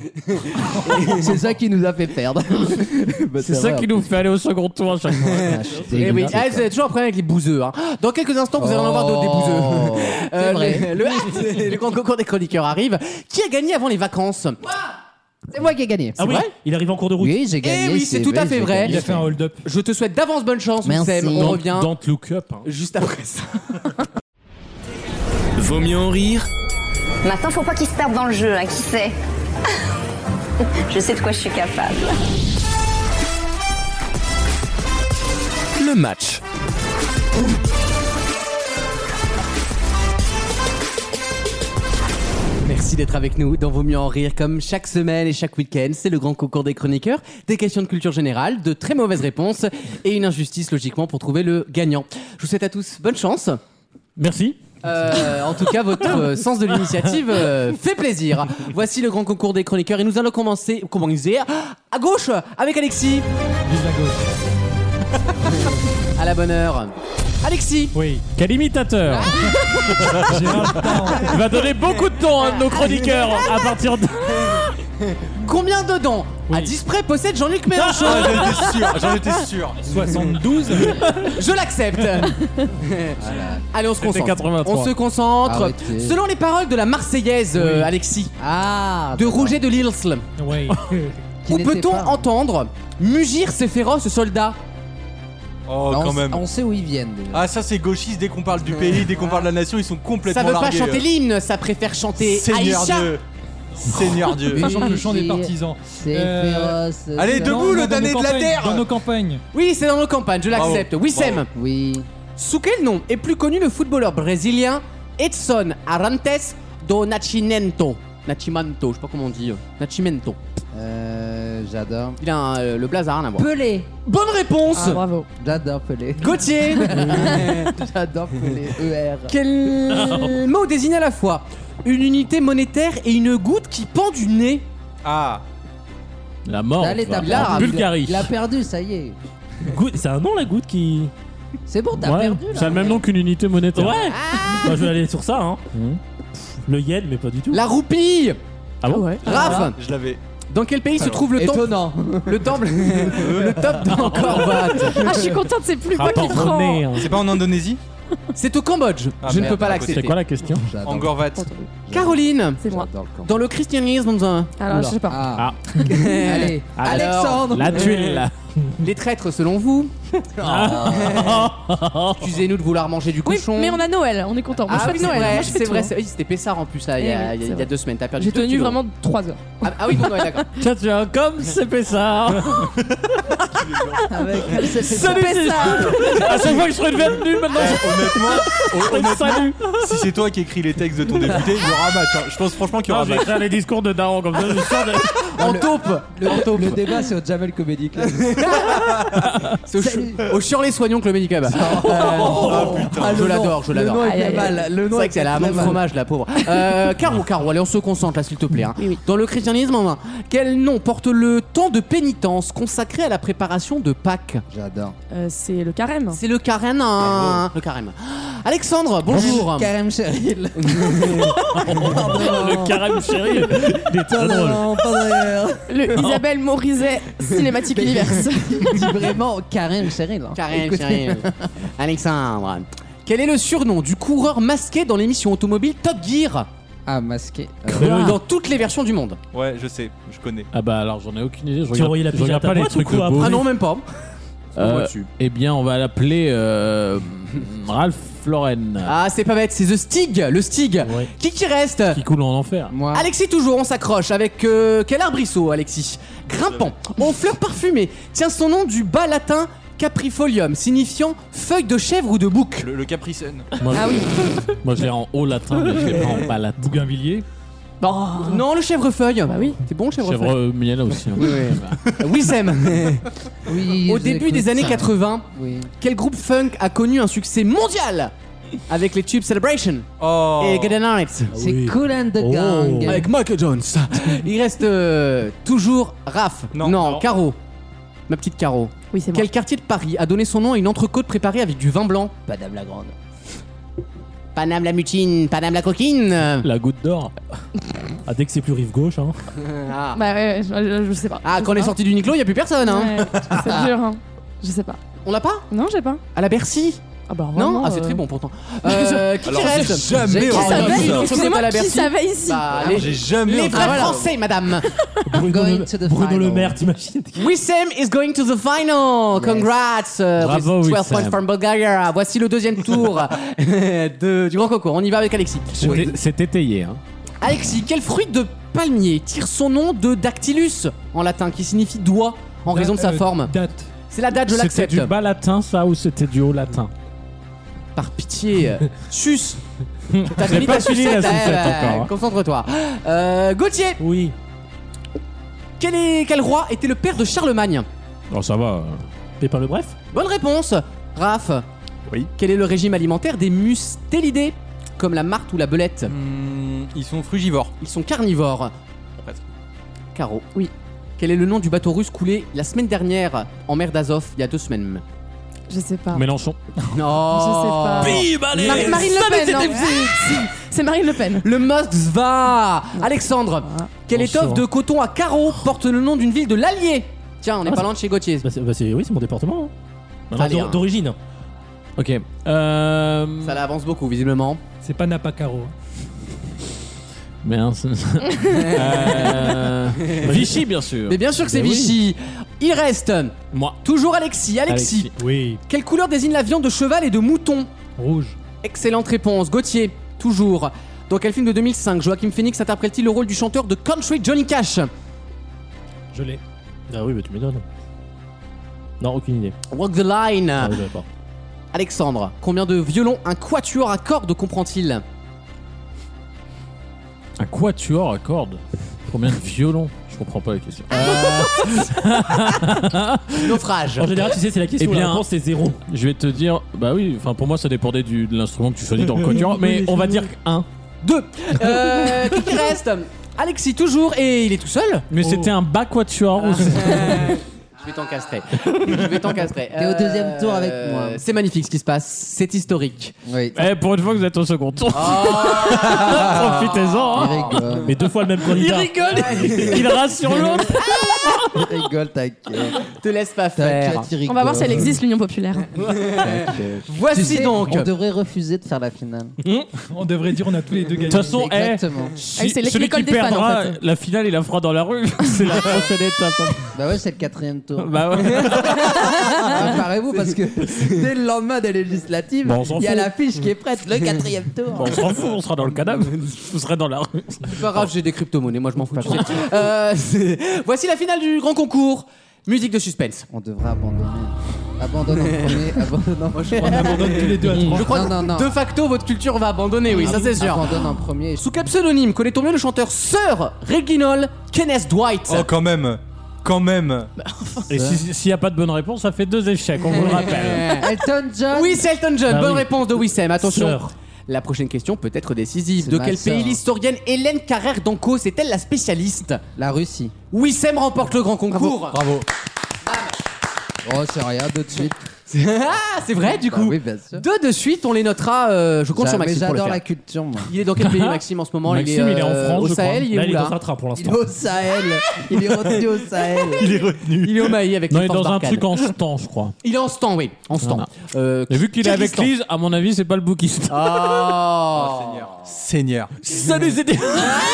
C'est ça qui nous a fait perdre. Bah, C'est ça vrai, qui nous fait aller au second tour à chaque fois. Ah, je suis Eh oui, dégoûté, ah, quoi. vous avez toujours un problème avec les bouseux. Hein. Dans quelques instants, vous allez en avoir d'autres des bouseux. Oh, Euh, c'est vrai. Le, le, le grand concours des chroniqueurs arrive. Qui a gagné avant les vacances? C'est moi qui ai gagné. Ah oui, vrai il arrive en cours de route. Oui, j'ai gagné. Eh oui, c'est tout à fait j'ai vrai. gagné. Il a fait un hold-up. Je te souhaite d'avance bonne chance, Merci. Wissem. On Don't- revient Don't look up. hein. juste après ça. Vaut mieux en rire Maintenant, faut pas qu'il se perde dans le jeu, hein, qui sait? Je sais de quoi je suis capable. le match. Merci d'être avec nous dans Vaut mieux en rire comme chaque semaine et chaque week-end. C'est le grand concours des chroniqueurs, des questions de culture générale, de très mauvaises réponses et une injustice logiquement pour trouver le gagnant. Je vous souhaite à tous bonne chance. Merci. Euh, en tout cas, votre euh, sens de l'initiative euh, fait plaisir. Voici le grand concours des chroniqueurs et nous allons commencer, commencer à gauche avec Alexis. Vise la gauche. À la bonne heure. Alexis. Oui. Quel imitateur. Gérald Dahan. Il va donner beaucoup de temps à un de nos chroniqueurs à partir de. Combien de dents à dix près possède Jean-Luc Mélenchon? Ah, j'en étais sûr, j'en étais sûr. soixante-douze. Je l'accepte. Allez, on se C'était concentre. quatre-vingt-trois. On se concentre. Arrêtez. Selon les paroles de la Marseillaise, euh, Alexis, Ah. de Rouget de Lilsle, Oui. Qui où n'était peut-on pas- entendre mugir ces féroces soldats? Oh, Bah, on, quand même. on sait où ils viennent déjà. Ah, ça, c'est gauchiste. Dès qu'on parle du pays, dès qu'on parle de la nation, ils sont complètement Ça veut pas largués, chanter euh. l'hymne, ça préfère chanter Seigneur Aïcha. Dieu. Seigneur Dieu. Ça chante le chant des Oui. partisans. C'est Euh, féroce. Allez, c'est- debout, Non, le non, dans damné nos de la campagnes, terre. Dans nos campagnes. Oui, c'est dans nos campagnes, je Bravo. l'accepte. Wissem, Bravo. Oui. sous quel nom est plus connu le footballeur brésilien Edson Arantes do Nascimento? Nascimento, je sais pas comment on dit. Nascimento. Euh, j'adore. Il a un, euh, le blaze a rien à voir. Pelé. Bonne réponse. Ah, bravo. J'adore Pelé. Gauthier. J'adore Pelé. E R. Quel mot désigne à la fois une unité monétaire et une goutte qui pend du nez? Ah. La mort. Allez, t'as Là, perdu. Bulgarie. Il a perdu, ça y est. Goutte- C'est un nom la goutte qui. C'est bon, t'as Ouais, perdu là. c'est le même nom qu'une unité monétaire. Ouais. Bah, je vais aller sur ça. Hein. Mhm. Le yen, mais pas du tout. La roupie. Ah bon? Ouais. Raph, Je l'avais. dans quel pays se trouve le temple Étonnant. le temple le top d'Angkor-Wat? Ah, je suis contente, c'est plus moi qui Rapport prends. au nez, hein. C'est pas en Indonésie? C'est au Cambodge. Ah, je ne merde, peux pas à côté. l'accepter. C'est quoi la question? J'adore. Angkor Wat. Caroline, C'est moi. J'adore le camp. dans le christianisme, dans- Alors, je sais pas. Ah. Ah. Allez. Alors, Alexandre. La tuile, là. les traîtres selon vous, excusez-nous de vouloir manger du Oui, cochon. mais on a Noël, on est content. Moi, Ah je oui, fais c'est Noël. vrai, Moi, je fais c'est tout, vrai, hein. c'est- oui, c'était Pessard en plus ça, il y Eh a, oui, il y a- c'est il y a vrai. deux semaines. T'as perdu J'ai deux tenu kilos. vraiment trois heures. Ah, ah oui, non, ouais, d'accord. Tiens, tiens, comme c'est Pessard. Avec Salut, c'est- À chaque fois que je serai devenu maintenant, Honnêtement, je honnêtement, salut. si c'est toi qui écris les textes de ton député, il y aura match. hein. Je pense franchement qu'il y Non, aura je vais match. écrire les discours de Daron comme ça, je sors de... En taupe. Le, En taupe. le débat, c'est au Jamel Comedy Club. C'est au, Salut. au Chiant-les-Soignons que le Medicab. Oh putain. Je l'adore, je Le l'adore. nom, il Aïe, fait aïe, mal. Le C'est nom, vrai il que c'est la fait main très de mal. fromage, la pauvre. Euh, Caro, Caro, allez, on se concentre là, s'il te plaît. hein. Oui, oui. Dans le christianisme, hein, quel nom porte le temps de pénitence consacré à la préparation de Pâques? J'adore. Euh, c'est le carême. C'est le carême. hein. Le carême. Alexandre, bonjour. Karim Cheryl. Le carême chéri. Il est très drôle. Non, pas d'ailleurs. Le Isabelle Morizet Cinématique Universe. Il dit vraiment Karim Cheryl. hein. Carême, Écoutez. chérie. Alexandre. Quel est le surnom du coureur masqué dans l'émission automobile Top Gear? Ah, masqué. Euh, Quoi Dans toutes les versions du monde. Ouais, je sais, je connais. Ah bah alors j'en ai aucune idée. Je Tu regarde, envoyais la je pige à regarde ta pas les boîte ou trucs de quoi, beau. Ah non, même pas. Euh, Moi dessus. eh bien, on va l'appeler euh, Ralph Lauren. Ah, c'est pas bête, c'est The Stig, le Stig. Ouais. Qui qui reste? Qui coule en enfer. Moi. Alexis toujours, on s'accroche avec euh, quel arbrisseau, Alexis? Grimpant, aux fleurs parfumées, tient son nom du bas latin caprifolium, signifiant feuille de chèvre ou de bouc. Le, le Capricène. Moi, Ah oui. moi je l'ai en haut latin, mais je l'ai pas en bas latin. Bougainvillier. Bon. Non, le chèvrefeuille. Bah oui. C'est bon, le chèvrefeuille. Chèvre euh, miel aussi. hein. Oui, oui. Wissem. Oui, Au je début l'écoute, des années ça. quatre-vingts, Oui. quel groupe funk a connu un succès mondial avec les tubes Celebration Oh. et Get a Night C'est oui. Cool and the Oh. Gang. avec Michael Jones? Il reste euh, toujours Raph. Non. non, Non. Caro. Ma petite Caro. Oui, c'est moi. Quel quartier de Paris a donné son nom à une entrecôte préparée avec du vin blanc? Madame la Grande. Paname la mutine, Paname la coquine. La goutte d'or. Ah, dès que c'est plus rive gauche, hein. Ah, Bah ouais, je, je- je sais pas. Ah, Je quand on sais est pas. sorti du Niclo, il n'y a plus personne. Hein. Ouais, c'est dur, hein. Je sais pas. On l'a pas? Non, j'ai pas. À la Bercy? Ah bah Non? vraiment, Ah, c'est euh, très bon pourtant. Euh, qui, qui reste? Jamais Qui entendu savait ça. Excusez-moi, Excusez-moi, à la qui Bercy. savait ici Bah, Ah, les, j'ai jamais les entendu vrais ça. français, madame. Bruno, going le, to the Bruno Le final. Maire, t'imagines? Wissem is going to the final. Congrats. uh, Bravo, with twelve Wissem. points from Bulgaria. Voici le deuxième tour de, du grand concours. On y va avec Alexis. C'était- C'est étayé. Hein. Alexis, quel fruit de palmier tire son nom de dactylus en latin, qui signifie doigt en raison de sa Euh, forme? Date. C'est la date, je C'était l'accepte. du bas latin ça ou c'était du haut latin? Par pitié. euh, Sus. T'as J'ai fini pas ta fini sucette, la eh, sucette bah, encore, hein. Concentre-toi. Euh, Gauthier, Oui. quel, est, quel roi était le père de Charlemagne? Bon, ça va. Pépin le Bref? Bonne réponse. Raph. Oui. Quel est le régime alimentaire des mustélidés, comme la martre ou la belette? Hmm, ils sont frugivores. Ils sont carnivores. Presque. Caro. Oui. Quel est le nom du bateau russe coulé la semaine dernière en mer d'Azov, il y a deux semaines même? Je sais pas. Mélenchon. Non. Je sais pas. Bim, allez. Mar- Marine Le Pen, non. C'est Marine Le Pen. Le Moskva. Alexandre, quelle Bien étoffe sûr. de coton à carreaux porte le nom d'une ville de l'Allier? Tiens, on est Ah, pas c'est- loin de chez Gauthier. Bah, c'est- bah, c'est- oui, c'est mon département. hein. Non, Allez, d'or- hein. D'origine. Ok. Euh... Ça l'avance beaucoup, visiblement. C'est pas Napa Caro. Mince. euh... Vichy, bien sûr. Mais bien sûr que c'est Mais oui. Vichy. Il reste Moi. toujours Alexis. Alexis. Alexis. Oui. Quelle couleur désigne la viande de cheval et de mouton? Rouge. Excellente réponse. Gauthier, toujours. Dans quel film de deux mille cinq Joaquin Phoenix interprète-t-il le rôle du chanteur de country Johnny Cash? Je l'ai. Ah oui, bah tu me donnes. Non, aucune idée. Walk the line. Ah, oui, j'avais pas. Alexandre, combien de violons un quatuor à cordes comprend-il? Un quatuor à cordes. Combien de violons? Je comprends pas la question. Naufrage. En général, tu sais, c'est la question. Eh bien, la réponse, c'est zéro. Je vais te dire, bah oui, enfin pour moi ça dépendait du, de l'instrument que tu choisis dans le quatuor, mais on va dire un. Deux. Euh, qui qui reste? Alexis, toujours. Et il est tout seul? Mais c'était un bas quatuor. ou- Euh, Je vais t'encastrer. Je vais t'encastrer. T'es au deuxième tour avec moi. C'est magnifique ce qui se passe. C'est historique. Oui. Eh, pour une fois que vous êtes au second tour. Oh. Profitez-en. Il hein. rigole. Mais deux fois le même Il candidat. rigole. Il rase sur l'autre. Il rigole, t'inquiète. Te laisse pas faire. T'inquiète, il rigole. On va voir si elle existe, l'Union Populaire. T'inquiète. Voici Tu sais, donc. On devrait refuser de faire la finale. On devrait dire on a tous les deux gagné. De toute façon, eh, Exactement. si- Ah oui, c'est celui l'école qui des fans, perdra en fait. la finale, il la fera dans la rue. C'est la prochaine étape. Bah ouais, c'est le quatrième tour. Bah ouais. Préparez-vous parce que dès le lendemain des législatives, Bon, on s'en il y a fout. l'affiche qui est prête, le quatrième tour. Bon, on s'en fout, on sera dans le cadavre. Vous serez dans la rue. C'est pas grave, j'ai des crypto-monnaies, moi je m'en fous. tu sais. Euh, c'est- Voici la finale du grand concours. Musique de suspense. On devrait abandonner. Abandonne en premier, abandonne en premier. On abandonne tous les deux à trois. Je crois Non, non, non. que de facto, votre culture va abandonner, oui, ça c'est sûr. Abandonne en premier. Sous quel pseudonyme connaît-on mieux le chanteur Sir Reginald Kenneth Dwight? Oh, quand même. Quand même. Et si- s'il n'y a pas de bonne réponse, ça fait deux échecs, on vous le rappelle. Elton John. Oui, c'est Elton John. Bah Bonne oui. réponse de Wissem. Attention. Sœur. La prochaine question peut être décisive. C'est De ma quel sœur. pays l'historienne Hélène Carrère d'Ancos est-elle la spécialiste? La Russie. Wissem remporte le grand concours. Bravo. Oh, c'est rien, deux de suite. Ah, c'est vrai du Bah coup. oui, bien sûr. Deux de suite, on les notera. euh, je compte sur Mais Maxime pour le j'adore faire. la culture, moi. Il est dans quel pays Maxime en ce moment? Maxime, il est en euh, France, Au je Sahel, crois. il est Là, où il est là dans un train pour Il l'instant. est au Sahel. Il est retenu au Sahel. Il est retenu. Il est au Maï avec Non, les il est forces dans un d'arcade. truc en stand, je crois. Il est en stand, oui, en stand. Voilà. Euh, Et vu qu'il est avec Kyrgyzstan. Lise, à mon avis, c'est pas le bouquiste. Oh, Seigneur. Salut, c'est des...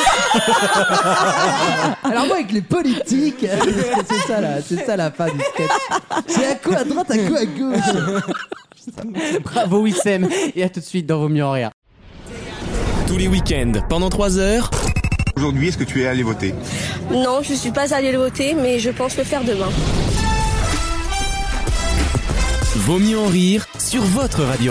Alors moi avec les politiques, c'est ça là, c'est ça la fin du sketch. C'est un coup à droite, un coup à gauche. Bravo Wissem. Et à tout de suite dans Vaut mieux en rire. Tous les week-ends, pendant trois heures. Aujourd'hui, est-ce que tu es allé voter? Non, je suis pas allée le voter, mais je pense le faire demain. Vaut mieux en rire sur votre radio.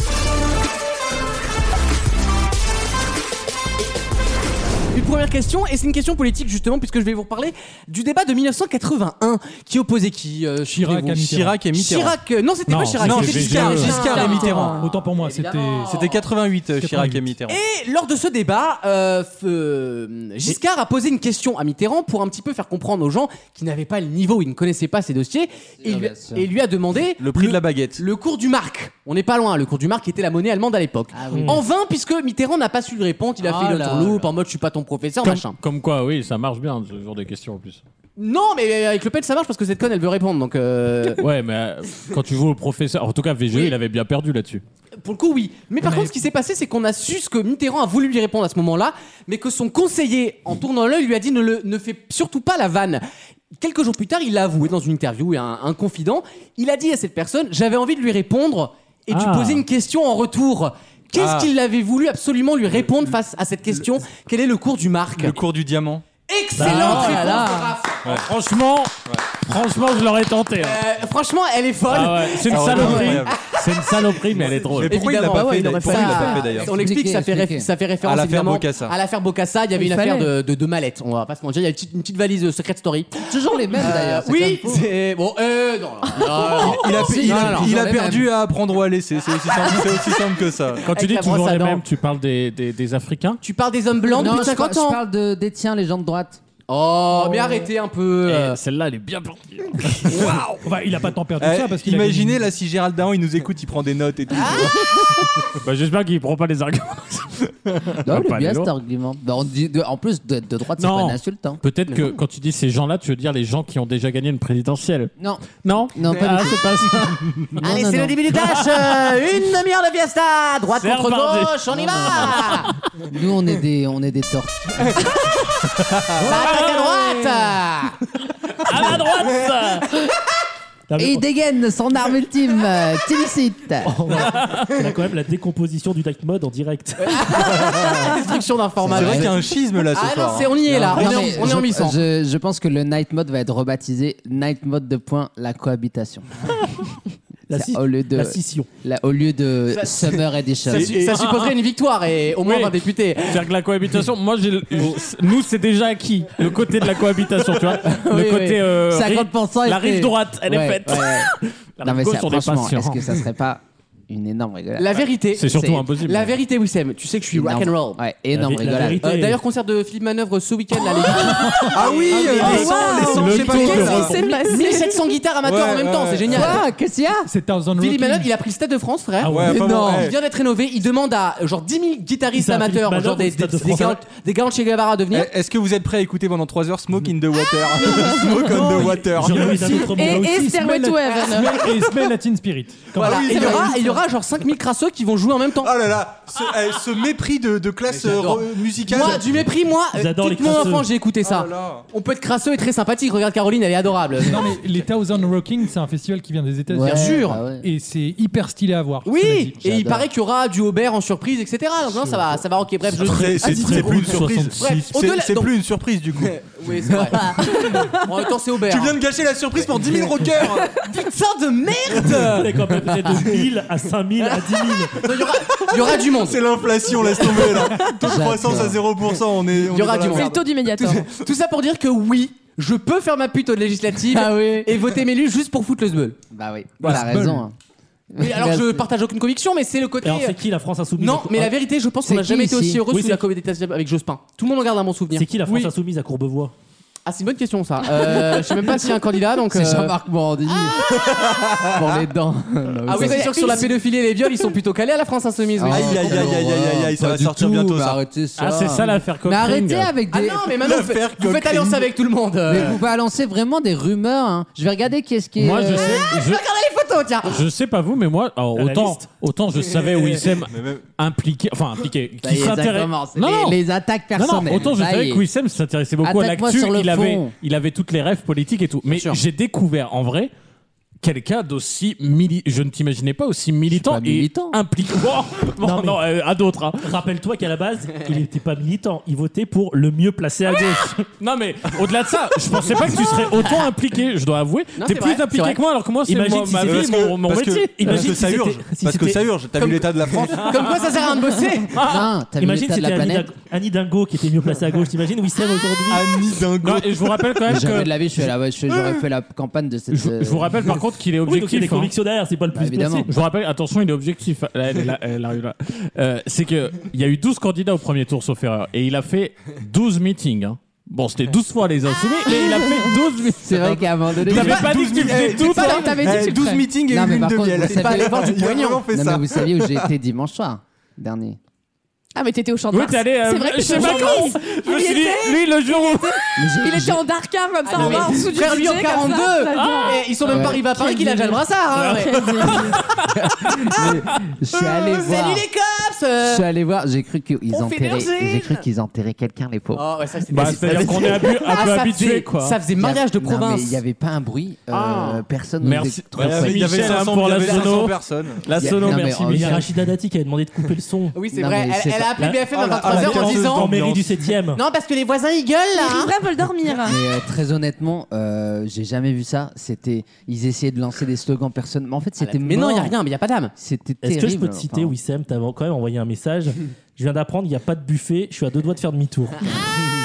Une première question, et c'est une question politique justement, puisque je vais vous reparler du débat de mille neuf cent quatre-vingt-un qui opposait qui euh, Chirac souvenez-vous à Mitterrand. Chirac et Mitterrand. Chirac, euh, non, c'était Non, pas Chirac, Non, c'était Giscard, Giscard. Giscard et Mitterrand. Autant pour moi, c'était. Évidemment. C'était quatre-vingt-huit, euh, Chirac et quatre-vingt-huit. Mitterrand. Et lors de ce débat, euh, f- euh, Giscard a posé une question à Mitterrand pour un petit peu faire comprendre aux gens qui n'avaient pas le niveau, ils ne connaissaient pas ces dossiers, et, il lui, bien sûr. et il lui a demandé Le prix de la baguette. le cours du mark. On n'est pas loin, le cours du mark était la monnaie allemande à l'époque. Ah oui. En vain, puisque Mitterrand n'a pas su lui répondre, il a Ah fait le là tourloupe en mode je suis pas ton professeur, Comme, machin. comme quoi, oui, ça marche bien, ce genre de questions en plus. Non, mais avec Le Pen ça marche parce que cette conne elle veut répondre, donc euh, Ouais, mais euh, quand tu vois au professeur, en tout cas V G, Oui. il avait bien perdu là-dessus. pour le coup oui. Mais par Mais- contre, ce qui s'est passé, c'est qu'on a su ce que Mitterrand a voulu lui répondre à ce moment-là, mais que son conseiller, en tournant l'œil, lui a dit ne, le, ne fais surtout pas la vanne. Quelques jours plus tard, il l'a avoué dans une interview et un, un confident. Il a dit à cette personne, j'avais envie de lui répondre et tu Ah. posais une question en retour. Qu'est-ce Ah. qu'il avait voulu absolument lui répondre face à cette question? Quel est le cours du mark? Le cours du diamant. Excellente Bah, réponse oh là là. de Raph. Franchement, franchement, je l'aurais tenté. hein. Euh, franchement, elle est folle. Ah ouais, c'est une Ah ouais, saloperie. incroyable. C'est une saloperie, mais elle est drôle. Mais pourquoi il l'a Évidemment, pas ouais, fait il aurait Pourquoi il l'a ça. pas fait d'ailleurs On explique, ça fait, réf- Expliquez. ça fait référence À l'affaire évidemment Bocassa. à l'affaire Bocassa. Il y avait Il une affaire fallait. de, de, de mallette. On va pas se mentir. Il y a une petite, une petite valise de Secret Story. Toujours les mêmes d'ailleurs. c'est Oui, quand même faux. c'est bon. Euh, non, non, non. Il a, Si, il non, a- non, non. il a les perdu à apprendre ou à laisser. C'est aussi, simple- c'est aussi simple que ça. Quand tu Avec dis la toujours brosse à les dents. mêmes, tu parles des, des, des Africains. Tu parles des hommes blancs Non, depuis je, par- cinquante je ans. parle de détient les gens de droite. Oh, mais arrêtez un peu. Eh, celle-là, elle est bien partie. Waouh. Enfin, il a pas tant perdu que Eh, ça parce qu'il a imaginez gagné. là si Gérald Daron il nous écoute, il prend des notes et tout. Bah, j'espère qu'il prend pas les arguments. Non, va il pas est bien aller cet loin. argument. Bah, on dit de- en plus, de, de droite, c'est Non. pas une insulte. Hein. Peut-être que quand tu dis ces gens-là, tu veux dire les gens qui ont déjà gagné une présidentielle. Non. Non Non, pas Ah, du tout. c'est pas ça. Allez, non, c'est non. le début du tâche. euh, Une demi-heure de fiesta. Droite C'est contre reparti. gauche, on y va. Nous, on est des, on est des tortues. Ça attaque à droite. À la droite. Non, mais Et il dégaine son arme ultime, euh, Tillicite. on, on a, on a quand même la décomposition du night mode en direct. Destruction C'est d'informations. vrai qu'il y a un schisme là ce Ah non, soir. c'est on y est là. On Non, est en- mais on est en je- mi-sang. Je, je pense que le night mode va être rebaptisé night mode de point la cohabitation. La, C'est sci- au lieu de la scission. la- au lieu de Ça- Summer Edition. Ça, su- ça supposerait une victoire et au moins Oui. vingt députés. C'est-à-dire que la cohabitation, moi, j'ai, le- je- nous, c'est déjà acquis. Le côté de la cohabitation, tu vois. Le Oui, côté. oui. euh, cinquante pour cent rive- la est fait. rive droite, elle Ouais, est faite. ouais, ouais. La Non mais rive gauche, c'est- on est franchement, patient. est-ce que ça serait pas une énorme rigolade? La vérité. C'est surtout c'est- impossible. La vérité, Wissem, tu sais que je suis Énorme. rock'n'roll. Ouais, énorme La vé- la rigolade. vérité. Euh, D'ailleurs, concert de Philippe Manœuvre ce week-end là, les Ah oui, euh, Ah, les sons, les sons, Le je sais pas tour quoi, de là. Qu'est-ce qui s'est passé mille sept cents guitares amateurs Ouais, en même temps, ouais. c'est génial. Quoi? Qu'est-ce qu'il y a? C'est Thousand Philippe Rocking. Manœuvre, il a pris le Stade de France, frère. Ah Ouais, enfin bon, non. ouais. Il vient d'être rénové, il demande à genre dix mille guitaristes C'est un amateurs, Philippe genre des, Manœuvre au Stade des, de des, France. gars, des gars de chez Guevara à devenir. Eh, Est-ce que vous êtes prêts à écouter pendant trois heures Smoke in the Water? Smoke on the Water. Jean-Louis d'un autre Et, monde et aussi. Stairway to Heaven. Et il se met Latin Spirit. Quand Voilà. Ah oui, et il y c'est aura, vrai. et il y aura genre cinq mille crasseux qui vont jouer en même temps. Oh là là, ce, eh, ce mépris de, de classe Mais j'adore. euh, musicale. Moi, du mépris, moi, euh, J'adore toute les mon crasseux. enfant, j'ai écouté ça. Oh là là. On peut être crasseux et très sympathique. Regarde Caroline, elle est adorable. Non mais les Thousand Rocking, c'est un festival qui vient des États-Unis. Bien sûr. bah ouais. Et c'est hyper stylé à voir. cela Oui, dit. et il J'adore. paraît qu'il y aura du Aubert en surprise, et cetera. Donc non, ça va, ça va rocker. Bref, je Très- C'est Ah, c'est plus une surprise. Bref, C'est- au-delà- C'est donc- plus une surprise du coup. Oui, c'est vrai. En même temps, c'est Aubert. Tu viens de gâcher la surprise pour dix mille rockers. Putain de On merde. est quand même passé de mille à cinq mille à dix mille. Il y aura, il y aura du monde. C'est l'inflation, laisse tomber là. Taux de croissance à zéro pour cent, on est. on Il y aura est dans du la monde. C'est le merde. taux du Mediator. Tout ça pour dire que oui, je peux faire ma pute aux législatives Ah oui. et voter Mélu juste pour foutre le zbeul. Bah oui. Voilà, T'as c'est raison. bon. hein. Oui, alors je partage aucune conviction, mais c'est le côté. Et alors, c'est qui la France Insoumise? Non, mais la vérité, je pense qu'on C'est n'a jamais qui été ici aussi heureux Oui, sous c'est- la cohabitation avec Jospin. Tout le monde en garde un bon souvenir. C'est qui la France Oui. Insoumise à Courbevoie? Ah, c'est une bonne question ça. Euh, je sais même pas s'il y a un candidat donc. C'est euh, Jean-Marc Morandini. Pour les dents. Non, Ah oui, c'est sûr que sur la pédophilie et les viols, ils sont plutôt calés à la France Insoumise. Oui. Aïe aïe aïe aïe aïe aïe aïe, ça Pas va du sortir tout, bientôt mais ça. Arrêtez ça. Ah, c'est ça l'affaire Mais Cochrane. arrêtez avec Ah des. non, mais maintenant vous L'affaire faites, vous faites Cochrane. alliance avec tout le monde. Mais Euh, vous balancez vraiment des rumeurs. Hein. Je vais regarder qu'est-ce qui est. Moi, je euh, sais. Je... Regardez les photos, tiens. Je sais pas vous, mais moi, alors, T'as la autant, liste autant je savais où Wissem Mais même- impliqué, enfin impliqué, Ça qui y est, ça s'intéresse. commence. Non, non. les, les attaques Non, non, personnelles. autant je Ça y savais est. que Wissem s'intéressait beaucoup à Attaque-moi l'actu, sur le il avait, fond. il avait toutes les rêves politiques et tout. Mais sûr. j'ai découvert en vrai quelqu'un d'aussi mili... je ne t'imaginais pas aussi militant pas et militant. impliqué. Bon, bon, Non, mais- non, euh, à d'autres. Hein. Rappelle-toi qu'à la base, il n'était pas militant. Il votait pour le mieux placé à gauche. Non mais au-delà de ça, je pensais pas que tu serais autant impliqué. Je dois avouer, Non, t'es c'est plus vrai, c'est impliqué vrai. que moi, alors que moi c'est Imagine moi- si ma c'était- vie, parce que- mon, mon parce que- métier. Parce que Imagine ça si urge. c'était- si Parce que c'était- ça urge. T'as vu l'état de la France? Comme quoi, ça sert à rien de bosser. Non, t'as vu Imagine l'état si de la c'était Annie, planète. Ding- Annie Dingo qui était mieux placée à gauche. T'imagines Wissem aujourd'hui? Annie Dingo. Non, et je vous rappelle quand même Jamais que de la vie, je fais la- ouais, je- j'aurais fait la campagne de cette. je, je vous rappelle par contre qu'il est Oui, donc il y a objectif. des hein. convictions derrière, c'est pas le plus Bah, évidemment. placé. Je vous rappelle, attention, il est objectif. Là, elle est là, elle arrive là. Euh, c'est que il y a eu douze candidats au premier tour, sauf erreur, et il a fait douze meetings. Hein. Bon, c'était douze fois les insoumis, mais il a fait douze meetings. C'est vrai qu'à un moment donné. T'avais pas dit que tu faisais tout. Ça, on t'avait dit que tu Eh, le douze ferais. meetings et Non, une mais lune par de contre, miel. vous savez- pas aller voir du Il a pognon. vraiment fait Non, ça. mais vous saviez où j'ai été dimanche soir dernier. Ah, mais t'étais au champ de Oui, Mars. t'es allé. euh, C'est vrai que chez je Macron. Je me Il suis dit, était- lui, le jour où. Mais j'ai- Il était j'ai- en Darkar comme ça, Ah, en mais bas, en dessous du frère, lui en D J, comme ça. quarante-deux. J'adore. Et ils sont même Ouais. pas arrivés à Paris qu'il a déjà le brassard. hein, ouais. Je suis allé voir. Salut les cops. euh. Je suis allé voir. J'ai cru qu'ils On fait enterraient. berger. J'ai cru qu'ils enterraient quelqu'un, les pauvres. Oh, ouais, ça, c'était- Bah, c'est-à-dire qu'on est un peu, un Ah, peu ça habitué, faisait- quoi. Ça faisait mariage de Non, mais province. il n'y avait pas un bruit. euh, Ah. Personne. Merci. n'osait- Merci, Il y avait Michel, hein, cinq cents pour la il y avait cinq cents sono. personnes. La Il y a- sono, non, mais merci en- Il y Michel. a Rachida Dati qui avait demandé de couper le son. Oui, c'est Non, vrai. mais Elle, c'est- elle a appelé la- B F M à oh, la- vingt-trois heures oh, la en danseuse disant. En mairie ambiance. du septième. Non, parce que les voisins ils gueulent Les là. hein. riverains veulent dormir. Mais euh, très honnêtement, euh, j'ai jamais vu ça. C'était, ils essayaient de lancer des slogans personne. Mais en fait, c'était. Mais non, il y a mort. rien, mais il y a pas d'âme. C'était Est-ce terrible. que je peux te citer, enfin. Wissem? T'as quand même envoyé un message. Je viens d'apprendre, il n'y a pas de buffet. Je suis à deux doigts de faire demi-tour.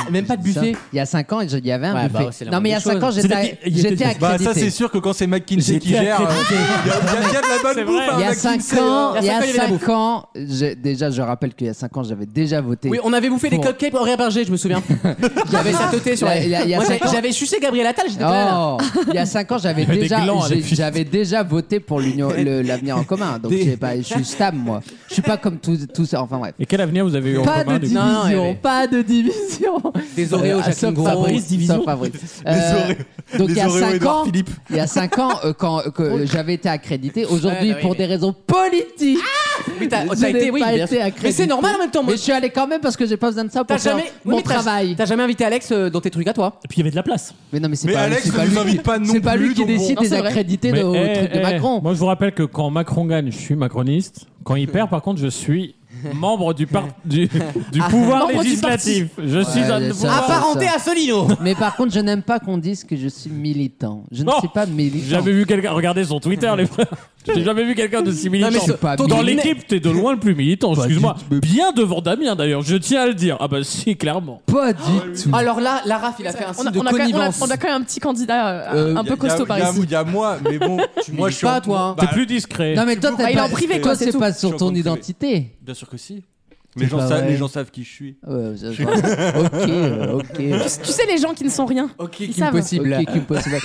Même pas de buffet. Il y a cinq ans, il y avait un Ouais, buffet. bah, c'est la non, mais il y a moindre cinq ans, chose. j'étais C'est-à-dire, il j'étais était- accrédité. Bah ça c'est sûr que quand c'est McKinsey qui J'étais gère, euh, accrédité. il y, a- il y a- il y a de la bonne C'est bouffe. vrai. à Il y a McKinsey, cinq ans, hein. il y a Il y a cinq ans, il y avait la cinq ans, j'ai- déjà je rappelle qu'il y a cinq ans, j'avais déjà voté. Oui, on avait bouffé des Pour- cupcakes au Berger, je me souviens. J'avais sauté sur Il y a- la. il y a- il y a Moi, cinq j'avais- ans. J'avais sucé Gabriel Attal, j'étais pas là. Oh, il y a cinq ans, j'avais Il y avait des déjà, glands j'ai- avec Fils. j'avais déjà voté pour l'union, le- l'avenir en commun. Donc Des- j'ai pas, je suis stable moi. Je suis pas comme tous, tous, enfin bref. Et quel avenir vous avez eu en Pas commun de du coup Non, division, ouais, ouais. pas de division. Des Oreos, Euh, Jacques sauf Gros. Fabrice, division. sauf Fabrice. Les Oreos- donc les il y a Oreos cinq Édouard ans, Philippe. il y a cinq ans, euh, quand que j'avais été accrédité. Aujourd'hui, Ouais, bah oui, pour mais- des raisons politiques, Oui, t'as je t'as n'ai été, oui, pas bien été sûr. accrédité. Mais c'est normal en même temps. moi. Mais je suis allé quand même parce que j'ai pas besoin de ça pour T'as faire jamais, oui, mon mais t'as- travail. T'as jamais invité Alex euh, dans tes trucs à toi. Et puis il y avait de la place. Mais non, mais c'est Mais pas, Alex c'est ne pas nous lui. invite pas non C'est pas lui plus, qui donc bon. décide Non, des c'est vrai. accrédités Mais, de- au eh, truc de eh, Macron. Moi, je vous rappelle que quand Macron gagne, je suis macroniste. Quand il perd, par contre, je suis membre du, par- du, du pouvoir membre du législatif. Je suis Ouais, un ça- pouvoir- Apparenté à Solino. Mais par contre, je n'aime pas qu'on dise que je suis militant. Je ne Non. suis pas J'ai militant. jamais vu quelqu'un. Regardez son Twitter, les frères. J'ai jamais vu quelqu'un de si militant. mais ce- pas Dans militant. l'équipe, t'es de loin le plus militant. Pas Excuse-moi. du tout. Bien devant Damien, d'ailleurs. Je tiens à le dire. Ah bah si, clairement. Pas du tout. Alors là, la Raph, il a fait un On signe a, de on, a quand même, on, a, connivence. on a quand même un petit candidat euh, Euh, un Y a- peu y a- costaud par y a- ici. Il y a moi, mais bon, moi je suis pas, en- toi, hein. Bah, T'es plus discret. Non, mais toi, Bah, t'es il est pas, en privé, toi, quoi, c'est c'est tout. pas Je suis sur en ton compte privé. identité. Bien sûr que si. C'est Les gens, pas savent, vrai. les gens savent qui je suis. Ouais, je- je- ok, euh, ok. Tu sais, les gens qui ne sont rien. Ok, Ils Kim savent. Possible. Ok, Kim Possible.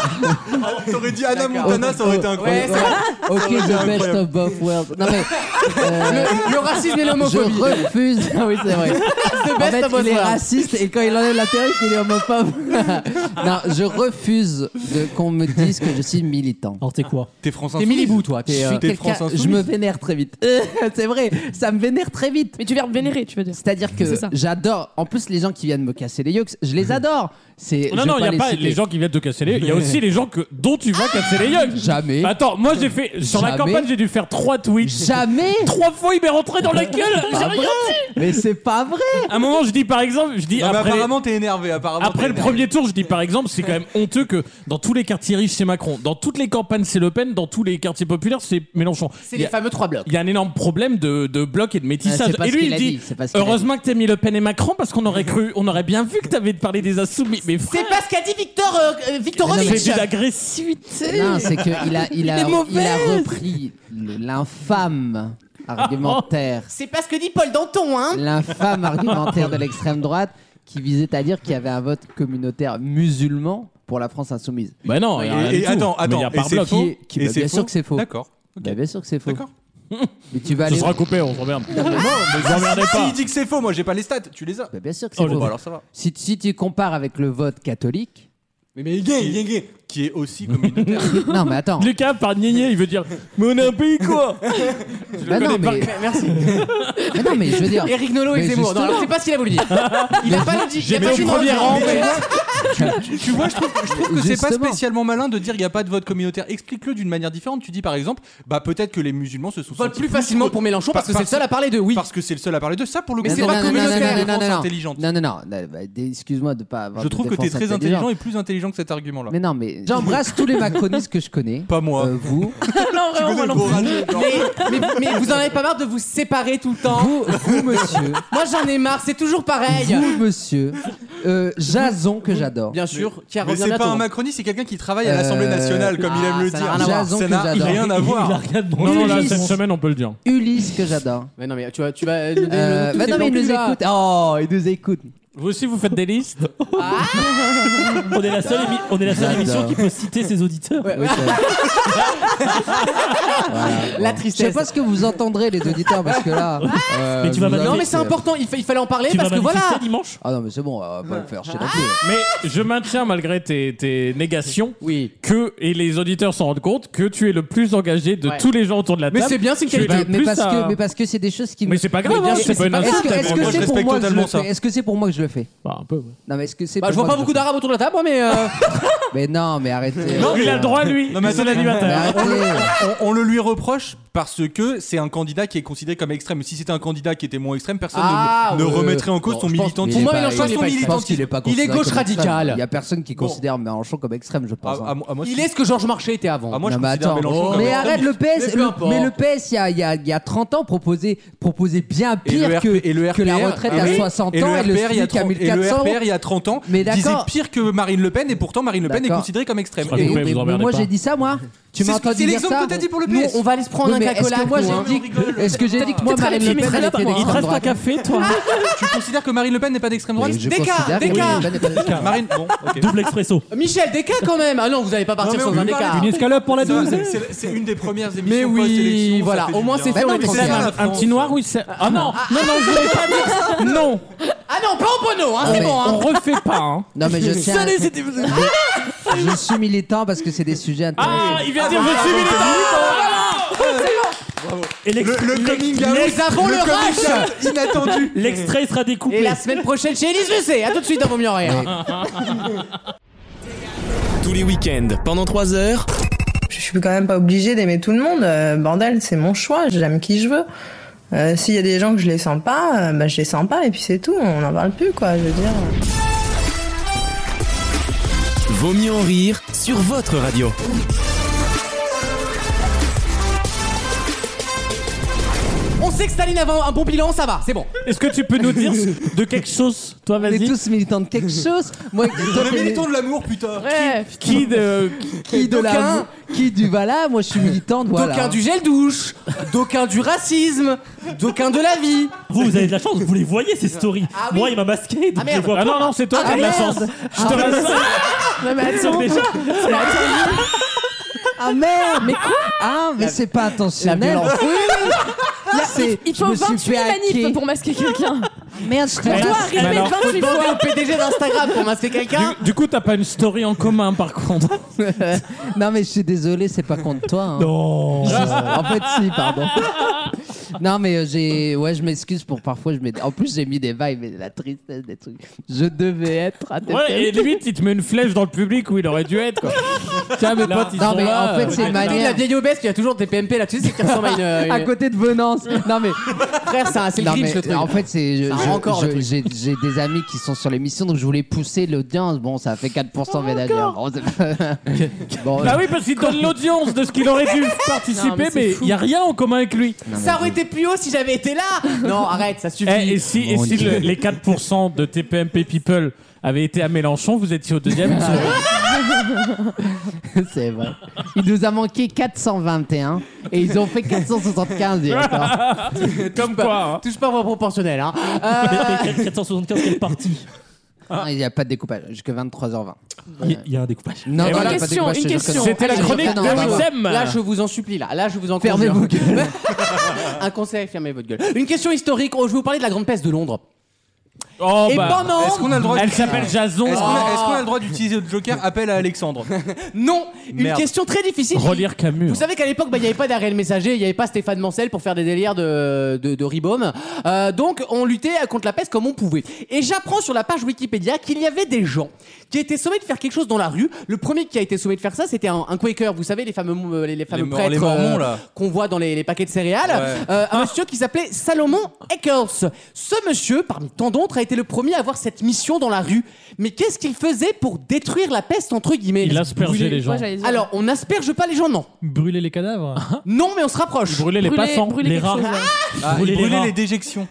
T'aurais dit Anna D'accord. Montana, ça aurait été Ouais, incroyable. c'est vrai. Ok, the best of both worlds. Non mais euh, Le racisme et je l'homophobie. refuse. Ah oui, c'est vrai. The En best fait, of both il est worlds. raciste et quand il enlève la perruque, il est homophobe. Non, je refuse de, qu'on me dise que je suis militant. Alors t'es quoi? T'es France T'es Insoumise. Milibou, toi. Je T'es, euh, suis t'es quelqu'un, France je Insoumise. me vénère très vite. C'est vrai, ça me vénère très vite. Mais tu viens vénérer, tu veux dire. C'est-à-dire que C'est ça. j'adore. En plus, les gens qui viennent me casser les yeux, je les adore. C'est, Non, je non, vais il n'y a pas citer. les gens qui viennent te casser les yeux. Il y a aussi les gens que, dont tu vas casser les yeux. Jamais. Attends, moi j'ai fait. Sur la Jamais. campagne, j'ai dû faire trois tweets. Jamais. Trois fois, il m'est rentré dans la gueule. J'ai Pas rien vrai. dit. Mais c'est pas vrai. À un moment, je dis par exemple, je dis Non, mais après. apparemment t'es énervé. Apparemment, Après t'es le énervé. premier tour, je dis par exemple, c'est quand même honteux que dans tous les quartiers riches, c'est Macron. Dans toutes les campagnes, c'est Le Pen. Dans tous les quartiers populaires, c'est Mélenchon. C'est Il y les a- fameux trois blocs. Il y a un énorme problème de, de bloc et de Ah, métissage. c'est pas Et ce lui, qu'il il a dit dit, c'est pas ce qu'il a heureusement que t'as mis Le Pen et Macron parce qu'on aurait cru, on aurait bien vu que t'avais parlé des insoumis. Mais frère, C'est pas ce qu'a dit Victor euh, euh, Viktorovic. c'est de l'agressivité. Non, c'est qu'il a, il a, Il est il a mauvais. repris le- l'infâme argumentaire, C'est pas ce que dit Paul Danton, hein. l'infâme argumentaire de l'extrême droite qui visait à dire qu'il y avait un vote communautaire musulman pour la France insoumise. Bah non, il y a rien Et, du et tout. attends, Mais il y a attends, par et c'est bloc. faux. Qui est- qui- Et bah, c'est bien faux. sûr que c'est faux. D'accord. Ok. Bah, bien sûr que c'est faux. D'accord. Mais tu vas Ce aller. sera coupé, on s'emmerde. Non, mais vous emmerdez pas. S'il dit que c'est faux, moi j'ai pas les stats, tu les as. Bah, bien sûr que c'est Oh, faux. Bon, alors ça va. Si, si tu compares avec le vote catholique. Mais mais gay, gay, gay. Qui est aussi communautaire. Non, mais attends. Lucas, par niaier, il veut dire Mais on est un pays quoi. Bah non, mais... Merci. mais non, mais je veux dire. Eric Nolot et Mais Zemmour. Non, justement. alors c'est pas ce qu'il a voulu dire. Il a pas dit. J'ai il a mis pas au dit premier non, rang, non, mais- tu, tu vois, je trouve, je trouve que c'est pas Justement. spécialement malin de dire qu'il n'y a pas de vote communautaire. Explique-le d'une manière différente. Tu dis par exemple, bah peut-être que les musulmans se sont Vote sentis plus facilement pour Mélenchon parce que c'est le seul à parler de oui. Parce que c'est le seul à parler de ça pour le Mais coup. c'est non, pas non, non, communautaire, non, non, non, non, non. intelligente. Non, non, non. Bah, d- Excuse-moi de pas avoir Je de trouve que t'es défense très intelligente. intelligent et plus intelligent que cet argument-là. Mais non, mais j'embrasse tous les macronistes que je connais. Pas moi. Euh, vous, Non, vraiment, moi non plus. Mais, mais, mais vous en avez pas marre de vous séparer tout le temps. vous, vous, monsieur, Moi j'en ai marre, c'est toujours pareil. vous, monsieur, euh, Jason que j'adore. Bien sûr, qui Mais revient c'est bientôt. pas un macroniste, c'est quelqu'un qui travaille à Euh, l'Assemblée nationale, comme il ah, aime le ça dire. n'a rien à voir. Jason Ça que n'a j'adore. rien à voir. Il a rien de bon. Non, non, là, Ulysse. cette semaine, on peut le dire. Ulysse que j'adore. Mais non, mais tu vas, tu vas. le- le- Euh, tout bah est non, mais il blanc nous cul, là. écoute. Oh, il nous écoute. Vous aussi, vous faites des listes. On est la seule, émi- on est la seule J'adore. émission qui peut citer ses auditeurs. Ouais, Oui, c'est vrai. Voilà, La bon. tristesse. Je sais pas ce que vous entendrez, les auditeurs, parce que là. euh, Mais tu vas vous maintenant- Non, avez- mais c'est important, il, fa- il fallait en parler Tu vas parce que voilà. manifester dimanche? Ah non, mais c'est bon, on va pas le faire chez la télé. Mais je maintiens, malgré tes, tes négations, Oui. que, et les auditeurs s'en rendent compte, que tu es le plus engagé de Ouais. tous les gens autour de la Mais table. c'est bien, c'est une Tu es qualité. le Mais plus parce, à- que, mais parce que c'est des choses qui me. Mais c'est pas grave, Mais bien hein, sûr, c'est c'est pas une pas grave. insulte. Est-ce que est-ce que Moi, je c'est pour respecte moi que je totalement le ça. fais Est-ce que c'est pour moi que je le fais Bah, un peu, ouais. Non, mais est-ce que c'est Bah, pour je vois moi pas que beaucoup je le d'arabes autour de la table, moi, mais. euh, fais Mais non, mais arrêtez. Non, il a le droit, lui. Non, mais c'est attendez, Mais l'animateur. arrêtez. On, on le lui reproche parce que c'est un candidat qui est considéré comme extrême. Si c'était un candidat qui était moins extrême, personne Ah, ne, ne ouais. remettrait en cause Bon, son je pense- militantisme. Pour moi, Il est Mélenchon, pas- il est pas Je extrême. pense qu'il est pas Il est considéré gauche comme extrême. radicale. Il y a personne qui considère Mélenchon comme extrême, je À, pense. à- hein. à moi, Il si. est ce que Georges Marchais était avant. Ah, moi, je Non, mais considère attends. Mélenchon comme mais extrême. arrête le P S. Mais peu le- importe. mais le P S, il y a, il y a- il y a trente ans, proposait, proposait bien Et le pire R P que, et le que la R P R, retraite ah à oui. soixante Et le ans et le R P R, il y a SMIC qui a trente mis le et le quatre cents. R P R il y a trente ans Mais disait d'accord. pire que Marine Le Pen et pourtant Marine Le Pen est D'accord. considérée comme extrême. Ça sera Et- coupé, Mais, vous mais emmerdez moi pas. j'ai dit ça moi. Tu m'as C'est ce- entendu c'est dire l'exemple ça que t'as dit pour le Nous, P S. on va aller se prendre Oui, un mais est-ce cacola. que moi j'ai on dit rigole. Est-ce que j'ai dit que moi T'es très Marine Le Pen limite, elle était très Il te d'extrême reste un droite? café, toi Tu considères que Marine Le Pen n'est pas d'extrême droite Oui, je Des cas, considère des que cas. Marine Le Pen n'est pas d'extrême. Marine, bon, ok. Double expresso. Michel, des cas quand même. Ah non, vous n'allez pas partir Non, mais sur on un peut des cas. parler Une escalope pour la Ça va, douze. c'est- C'est c'est une des premières émissions Mais oui, post-élection, ça voilà, fait au du moins bien. c'est fait, Bah on non, est mais tranquille. c'est un, la un France. petit noir, oui, c'est. Ah non, non, non, je voulais pas dire ça. Non, Ah non, pas en bono, hein, Non, c'est mais bon. on Hein. refait pas. Hein. Non mais je tiens. Salut, c'était. Je suis militant parce que c'est des sujets intéressants. Ah, il vient de dire je suis militant. Et l'ex- Le, le l'ex- coming out, Nous avons le coming rush. out inattendu. L'extrait sera découpé. Et la semaine prochaine chez Élise Lucet. À tout de suite dans Vaut mieux en rire. Tous les week-ends, pendant trois heures. Je suis quand même pas obligée d'aimer tout le monde. Euh, bordel, c'est mon choix. J'aime qui je veux. Euh, S'il y a des gens que je les sens pas, euh, bah je les sens pas et puis c'est tout. On n'en parle plus, quoi. Je veux dire. Vaut mieux en rire sur votre radio. On sait que Staline avait un bon bilan, ça va, c'est bon. Est-ce que tu peux nous dire de quelque chose, toi, On est vas-y? tous militants de quelque chose. Moi, toi, Le t'es- militant de l'amour, putain. Ouais. Qui de. qui de la, D'aucuns. qui du voilà. Moi, je suis militante. Voilà. D'aucuns du gel douche, d'aucuns du racisme, d'aucuns de la vie. Vous, vous avez de la chance, vous les voyez ces stories. Ah oui. Moi, il m'a masqué. Donc Ah je merde. les vois Ah pas. non, non, c'est toi qui as de la chance. Je te rassure. Non, mais attends. Déjà, Ah merde. Mais quoi? Ah mais c'est pas intentionnel. La violence. Oui, oui. Là, c'est- Il je faut me suis vingt-huit fait manips hacker. pour masquer quelqu'un. Merde, je Tu te dois rassure. arriver alors, Faut vingt-huit demander fois. au P D G d'Instagram pour masquer quelqu'un. Du, du coup, t'as pas une story en commun, par contre. Non mais je suis désolé, c'est pas contre toi. Hein. non. En fait, si, pardon. Non mais euh, j'ai, ouais, je m'excuse pour parfois je mets. En plus j'ai mis des vibes, mais la tristesse des trucs. Je devais être à T P M. Ouais, et limite, il te met une flèche dans le public où il aurait dû être, quoi. Tiens, mes potes, ils Non sont mais là. en fait c'est euh, une Ah, manière. la vieille obèse qui a toujours des P M P là, tu sais, c'est qui ressemble à une. une- À côté de Venance. Non mais. Frère, c'est un- c'est le Non, Grinch mais le truc. en fait, c'est je- C'est un je- rencor, le je- truc. j'ai j'ai des amis qui sont sur l'émission, donc je voulais pousser l'audience. Bon, ça a fait quatre pour cent ménagère. Bon, c'est- bon, Bah oui, parce qu'il donne l'audience de ce qu'il aurait dû participer, Non, mais c'est mais fou. il y a rien en commun avec lui. non, mais Ça aurait été plus haut si j'avais été là. Non, arrête, ça suffit. Eh, et si, et Mon si Dieu. le- les quatre pour cent de T P M P People avaient été à Mélenchon, vous étiez au deuxième. c'est vrai. Il nous a manqué quatre cent vingt et un et ils ont fait quatre cent soixante-quinze. d'accord. Comme quoi. hein. Touche pas au proportionnel, hein. Mais- Euh, mais quatre cent soixante-quinze, quelle partie? Ah, il n'y a pas de découpage, jusqu'à vingt-trois heures vingt. Il y, il y a un découpage. Non, Et non, voilà. il y a pas de Question, découpage, une je te jure que question. non. C'était la Je te jure chronique que non, de pardon. Wissem. Là, je vous en supplie, là. Là, je vous en Fermez conjure. vos gueules. Un conseil, fermez votre gueule. Une question historique. Oh, je vais vous parler de la Grande Peste de Londres. Oh, Et bah, pendant. Est-ce qu'on a le droit Elle de- s'appelle Jason. Est-ce qu'on a, est-ce qu'on a le droit d'utiliser le Joker appel à Alexandre? Non, une Merde. question très difficile. Relire Camus. Vous savez qu'à l'époque, bah, il n'y avait pas d'Ariel Messager, il n'y avait pas Stéphane Mancel pour faire des délires de, de, de ribaume. Euh, donc, on luttait contre la peste comme on pouvait. Et j'apprends sur la page Wikipédia qu'il y avait des gens qui étaient sommés de faire quelque chose dans la rue. Le premier qui a été sommé de faire ça, c'était un, un Quaker. Vous savez, les fameux, euh, les, les fameux Les mor- prêtres les mormons, euh, là. qu'on voit dans les, les paquets de céréales. Ouais. Euh, un monsieur qui s'appelait Salomon Eccles. Ce monsieur, parmi tant d'autres, a été le premier à avoir cette mission dans la rue. Mais qu'est-ce qu'il faisait pour détruire la peste, entre guillemets? Il aspergeait les gens. Moi, j'allais dire. Alors, on n'asperge pas les gens, non. Brûler les cadavres. Non, mais on se rapproche. Il brûlait les brûler, passants, brûler les quelque rats. chose, ouais. Ah, Brûler il les brûlait rats. les déjections.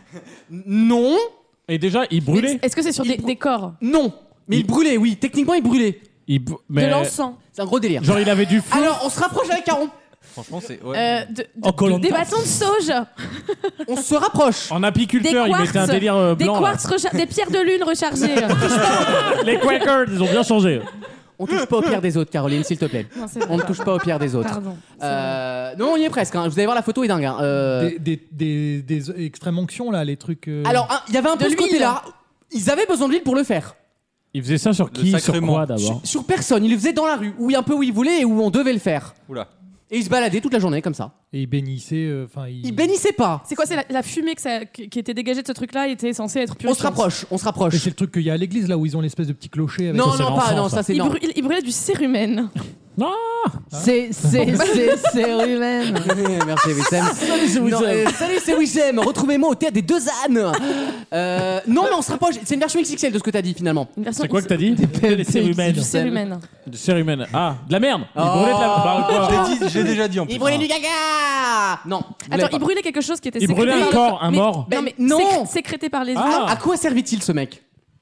Non, Et déjà, il brûlait. Est-ce que c'est sur des, des corps? non. Mais il brûlait, oui. Techniquement, il brûlait. Il b- mais- De l'encens? C'est un gros délire. Genre, il avait du feu. Alors, on se rapproche avec Caron. Franchement, c'est. Ouais. Euh, de- de- En Koh-Lanta. des bâtons de sauge, On se rapproche. En des apiculteur, il mettait un quartz, délire euh, des blanc. là. quartz, recha- des pierres de lune rechargées. Les Quakers, ils ont bien changé. On touche pas aux pierres des autres, Caroline, s'il te plaît. Non, c'est vrai. On ne touche pas aux pierres des autres. Pardon. Euh, non, on y est presque. Hein. Vous allez voir, la photo est dingue. Hein. Euh, Des, des, des, des extrêmes onctions, là, les trucs. euh, Alors, hein, il y avait un peu De ce l'huile. côté-là. Ils avaient besoin de l'huile pour le faire. Il faisait ça sur Le qui? Sur sacrement. quoi d'abord? Sur, sur personne. Ils le faisaient dans la rue, où un peu où ils voulaient et où on devait le faire. Oula. Et ils se baladaient toute la journée comme ça. Et ils bénissaient. euh, Enfin, ils... Ils bénissaient pas. C'est quoi? C'est la, la fumée que ça, qui qui était dégagée de ce truc-là était censée être On purifiante. se rapproche, on se rapproche. Et c'est le truc qu'il y a à l'église, là, où ils ont l'espèce de petit clocher. Avec... Non, Ça, c'est non, pas. l'encens, Non, ça. ça, c'est Il, non. brû- il- il brûlait du cérumen. Non. C'est c'est c'est c'est humain. Merci Wissem. Salut c'est Wissem. Salut c'est Wissem. Retrouvez-moi au théâtre des deux ânes. Euh, non mais on se rapproche. C'est une version X X L de ce que t'as dit finalement. Une version C'est quoi que t'as dit? Les cérumen. du cérumen. De cérumen. Ah, de la merde. Il Oh. brûlait de la bah, quoi. Je l'ai dit- je l'ai déjà dit en plus. Il brûlait du gaga. Non. vous l'avez Attends, pas. il brûlait quelque chose qui était Il sécrété brûlait un par le- corps, un mais- mort. Non, mais Non. sécr- sécrété par les Ah. À quoi servit-il ce mec?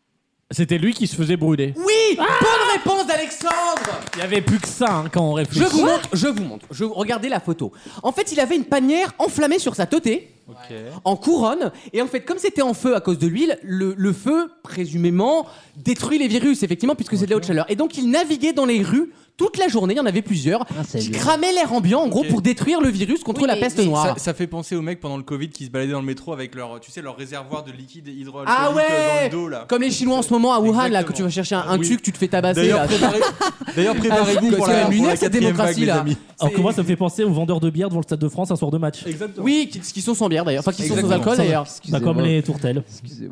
C'était lui qui se faisait brûler. Oui, bonne réponse d'Alexandre. Il y avait plus que ça hein, quand on Je réfléchit. vous montre, je vous montre. Je regardez la photo. En fait, il avait une panière enflammée sur sa teuté. Ok. En couronne, et en fait comme c'était en feu à cause de l'huile, le, le feu présumément détruit les virus effectivement puisque c'est de la haute chaleur, et donc il naviguait dans les rues toute la journée, il y en avait plusieurs qui cramaient l'air ambiant en gros Ok. pour détruire le virus contre Oui, la mais- peste mais noire. Ça, ça fait penser aux mecs pendant le Covid qui se baladaient dans le métro avec leur, tu sais, leur réservoir de liquide hydroalcoolique Ah euh, ouais, dans le dos là. comme les Chinois en ce moment à Wuhan là, Exactement. que tu vas chercher un, un Oui. tuc, tu te fais tabasser D'ailleurs, là. préparez- d'ailleurs, préparez-vous Ah, pour c'est la- quand même pour lunaire, la cette quatrième démocratie vague, là. les amis. Alors que moi, ça me fait penser aux vendeurs de bière devant le Stade de France un soir de match. Exactement. Oui, qui, qui sont sans bière d'ailleurs, enfin qui sont sans Exactement. alcool d'ailleurs. Pas comme les tourtelles.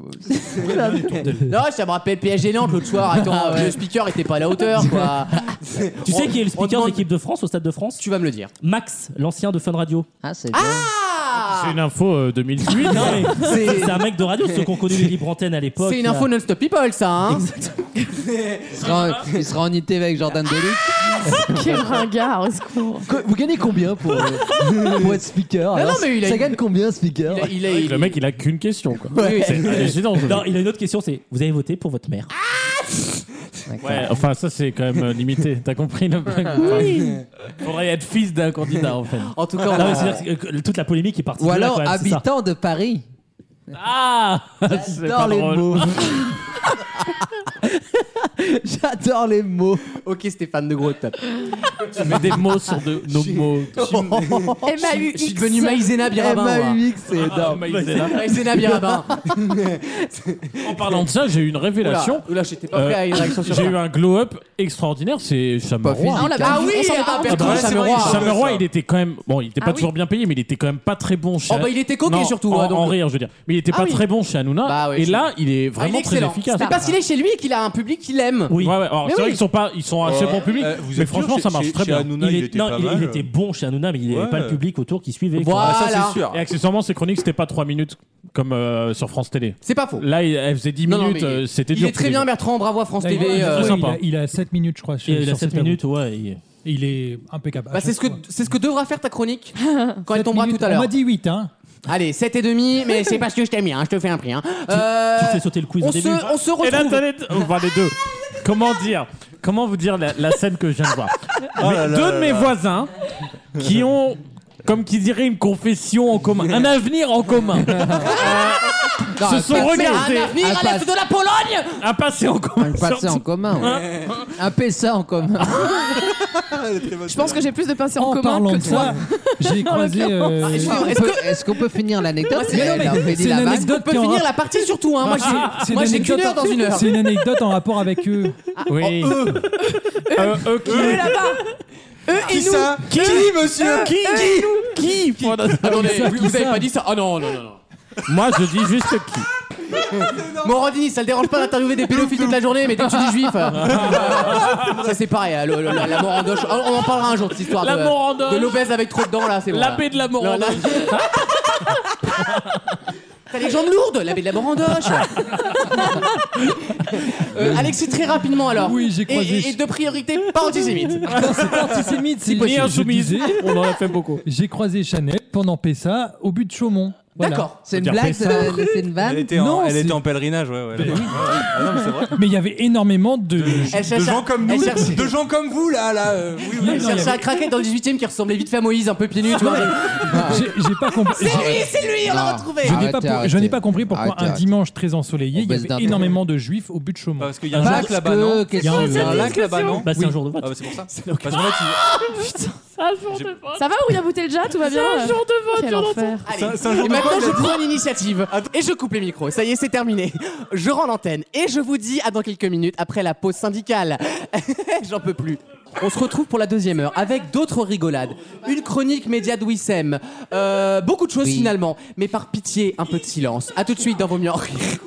Non, ça me rappelle P S G Nantes l'autre soir. Attends, le speaker était pas à la hauteur quoi. Tu sais On- qui est le on speaker de demande- l'équipe de France au Stade de France? Tu vas me le dire. Max, l'ancien de Fun Radio. Ah, c'est bien. Ah C'est une info euh, deux mille huit. Non, mais C'est- c'est un mec de radio, ceux qui ont connu les libres antennes à l'époque. C'est une là. info non-stop people ça hein. Il sera, il sera en I T V avec Jordan Deluc. Quel ringard, au secours. Co- Vous gagnez combien pour, euh, pour être speaker Non, alors non, mais il a- Ça gagne combien, speaker Il a- il a- il- Le mec, il a qu'une question. Quoi. Oui, C'est hallucinant. ce Non, mec. il a une autre question, c'est vous avez voté pour votre mère? Ouais, enfin, ça, c'est quand même euh, limité. T'as compris le mec Oui. Faudrait être fils d'un candidat, en fait. En tout cas, on Non, mais a- c'est-à-dire que, euh, toute la polémique est partie Ou de là, alors quand même, c'est ça. habitant de Paris. Ah C'est J'adore pas les drôle. mots. J'adore les mots. Ok Stéphane de Groot. Tu mets des mots sur de, nos mots. M A U Je suis devenu Maïzena Birabin. M A moi. U X, c'est énorme. Maïzena. Maïzena Birabin. En parlant de ça, j'ai eu une révélation. Oula, j'étais pas prêt à une réaction sur ça. J'ai eu un glow-up extraordinaire, c'est Chameroy. Ah, on l'a Ah pas vu, oui, on s'en est ah, pas rendu Bertrand compte. ouais, c'est Chameroy. vrai, Chameroy, ça. il était quand même. Bon, il était pas Ah oui. toujours bien payé, mais il était quand même pas très bon chez. Oh bah il était coquet Non, surtout. En, hein, donc- en rire, je veux dire. Mais il était Ah pas oui. très bon chez Hanouna. Bah ouais, et je- là, il est Ah, il vraiment est très excellent. efficace. C'est parce qu'il est chez lui et qu'il a un public qu'il aime. Oui. Ouais, ouais. Alors, Mais c'est vrai oui. qu'ils sont pas, ils sont assez Oh, bon public. euh, vous mais êtes sûr, franchement, ça chez- marche chez- très chez bien. Hanouna, Il, il est- était non, pas il, mal. il était bon chez Hanouna, mais il n'avait Ouais. pas le public autour qui suivait. quoi. Voilà. Ah, ça, c'est sûr. Et accessoirement, ses chroniques, c'était pas trois minutes comme euh, sur France Télé. C'est pas faux. Là, il- elle faisait dix Non, non, minutes, mais euh, c'était il dur. est très tous les bien jours. Bertrand, bravo à France Là, il- T V. il- euh, il, sympa. a, il a sept minutes, je crois. sur- Et il sur a sept cette minutes, ouais. il- table. Il est impeccable. à Bah, c'est chaque ce que fois. c'est ce que devra faire ta chronique quand elle Sept tombera minutes. tout à On l'heure. m'a dit huit, hein. Allez, sept et demi, mais c'est parce que je t'aime bien, je te fais un prix. Hein. Euh, Tu fais sauter le quiz on au se, début. on se Et là, retrouve. t'allais- enfin, les deux. Comment dire Comment vous dire la, la scène que je viens de voir Mais Deux de mes voisins qui ont, comme qui dirait, une confession en commun, un avenir en commun, euh, Non, se un sont passé- regardés. Un avenir Un à l'est passe- de la Pologne. Un passé en commun. Un passé en commun. ouais. Un P S A en commun. Je pense que j'ai plus de passé en, En commun parlant que de toi. ça, j'ai croisé. euh, Est-ce qu'on Est-ce peut, est-ce qu'on peut finir l'anecdote? Mais non, mais Elle a fait c'est dit la une vanne. anecdote. On peut qui en finir ra- la partie surtout. Hein. Moi, C'est j'ai, une moi, j'ai qu'une anecdote heure dans une heure. C'est une anecdote en rapport avec eux. Oui. eux. Euh, eux qui Eux là-bas. Eux et Qui nous. ça Qui, monsieur Qui Qui Qui Attendez, ça, vous, qui vous avez ça pas dit ça. Ah non, non, non, non. Moi, je dis juste qui. Morandini, ça le dérange pas d'interviewer des pédophiles toute la journée, mais dès que tu dis juif, euh, ça c'est pareil. hein, le- le- la, la morandoche. Ah, on en parlera un jour de cette histoire La de, morandoche. de l'obèse avec trop de dents là. C'est bon. L'abbé de la morandoche. Là. T'as les jambes lourdes, l'abbé de la morandoche. euh, Alexis, très rapidement alors. Oui, j'ai Et- croisé- Et, et de priorité, pas antisémite. Non, c'est pas antisémite. c'est Ni je- je insoumise. disais, On en a fait beaucoup. J'ai croisé Chanel pendant Pessa au but de Chaumont. Voilà. D'accord. C'est une Dire blague, Pessa. c'est c'est une Elle vanne. était en, Non, elle c'est- était en pèlerinage, ouais, ouais. Ben oui. Ah non, mais c'est vrai. Mais il y avait énormément de. Elle De cherche gens à- comme elle nous, cherche- de gens comme vous là, là. euh, oui, oui. Elle Non, il y cherchait avait- à craquer dans le dix-huitième qui ressemblait vite fait à Moïse, un peu pieds nus, tu vois. J'ai j'ai pas compris. C'est lui, c'est lui, on l'a Non. retrouvé. Je n'ai Arrêtez, pas, pour- arrêtez. je n'ai pas compris pourquoi Arrêtez, un arrêtez. dimanche très ensoleillé, On il y baisse baisse avait d'un énormément de juifs au but de Chaumont. Parce qu'il y a un Parce lac là-bas, non que. Il y a qu'est-ce un- que- Il y a un lac là-bas, non Bah, c'est un jour de vote. Ah bah c'est pour ça. Parce qu'en fait, il- Ça va, William Boutelja, tout va bien un jour de vote, Quel Jonathan. enfer. Allez. C'est un- c'est un jour Et de maintenant, quoi, je il a dit prends l'initiative et je coupe les micros. Ça y est, c'est terminé. Je rends l'antenne et je vous dis à dans quelques minutes après la pause syndicale. J'en peux plus. On se retrouve pour la deuxième heure avec d'autres rigolades. Une chronique média de Wissem. Euh, beaucoup de choses Oui. finalement. Mais par pitié, un peu de silence. À tout de suite dans Vaut mieux en rire.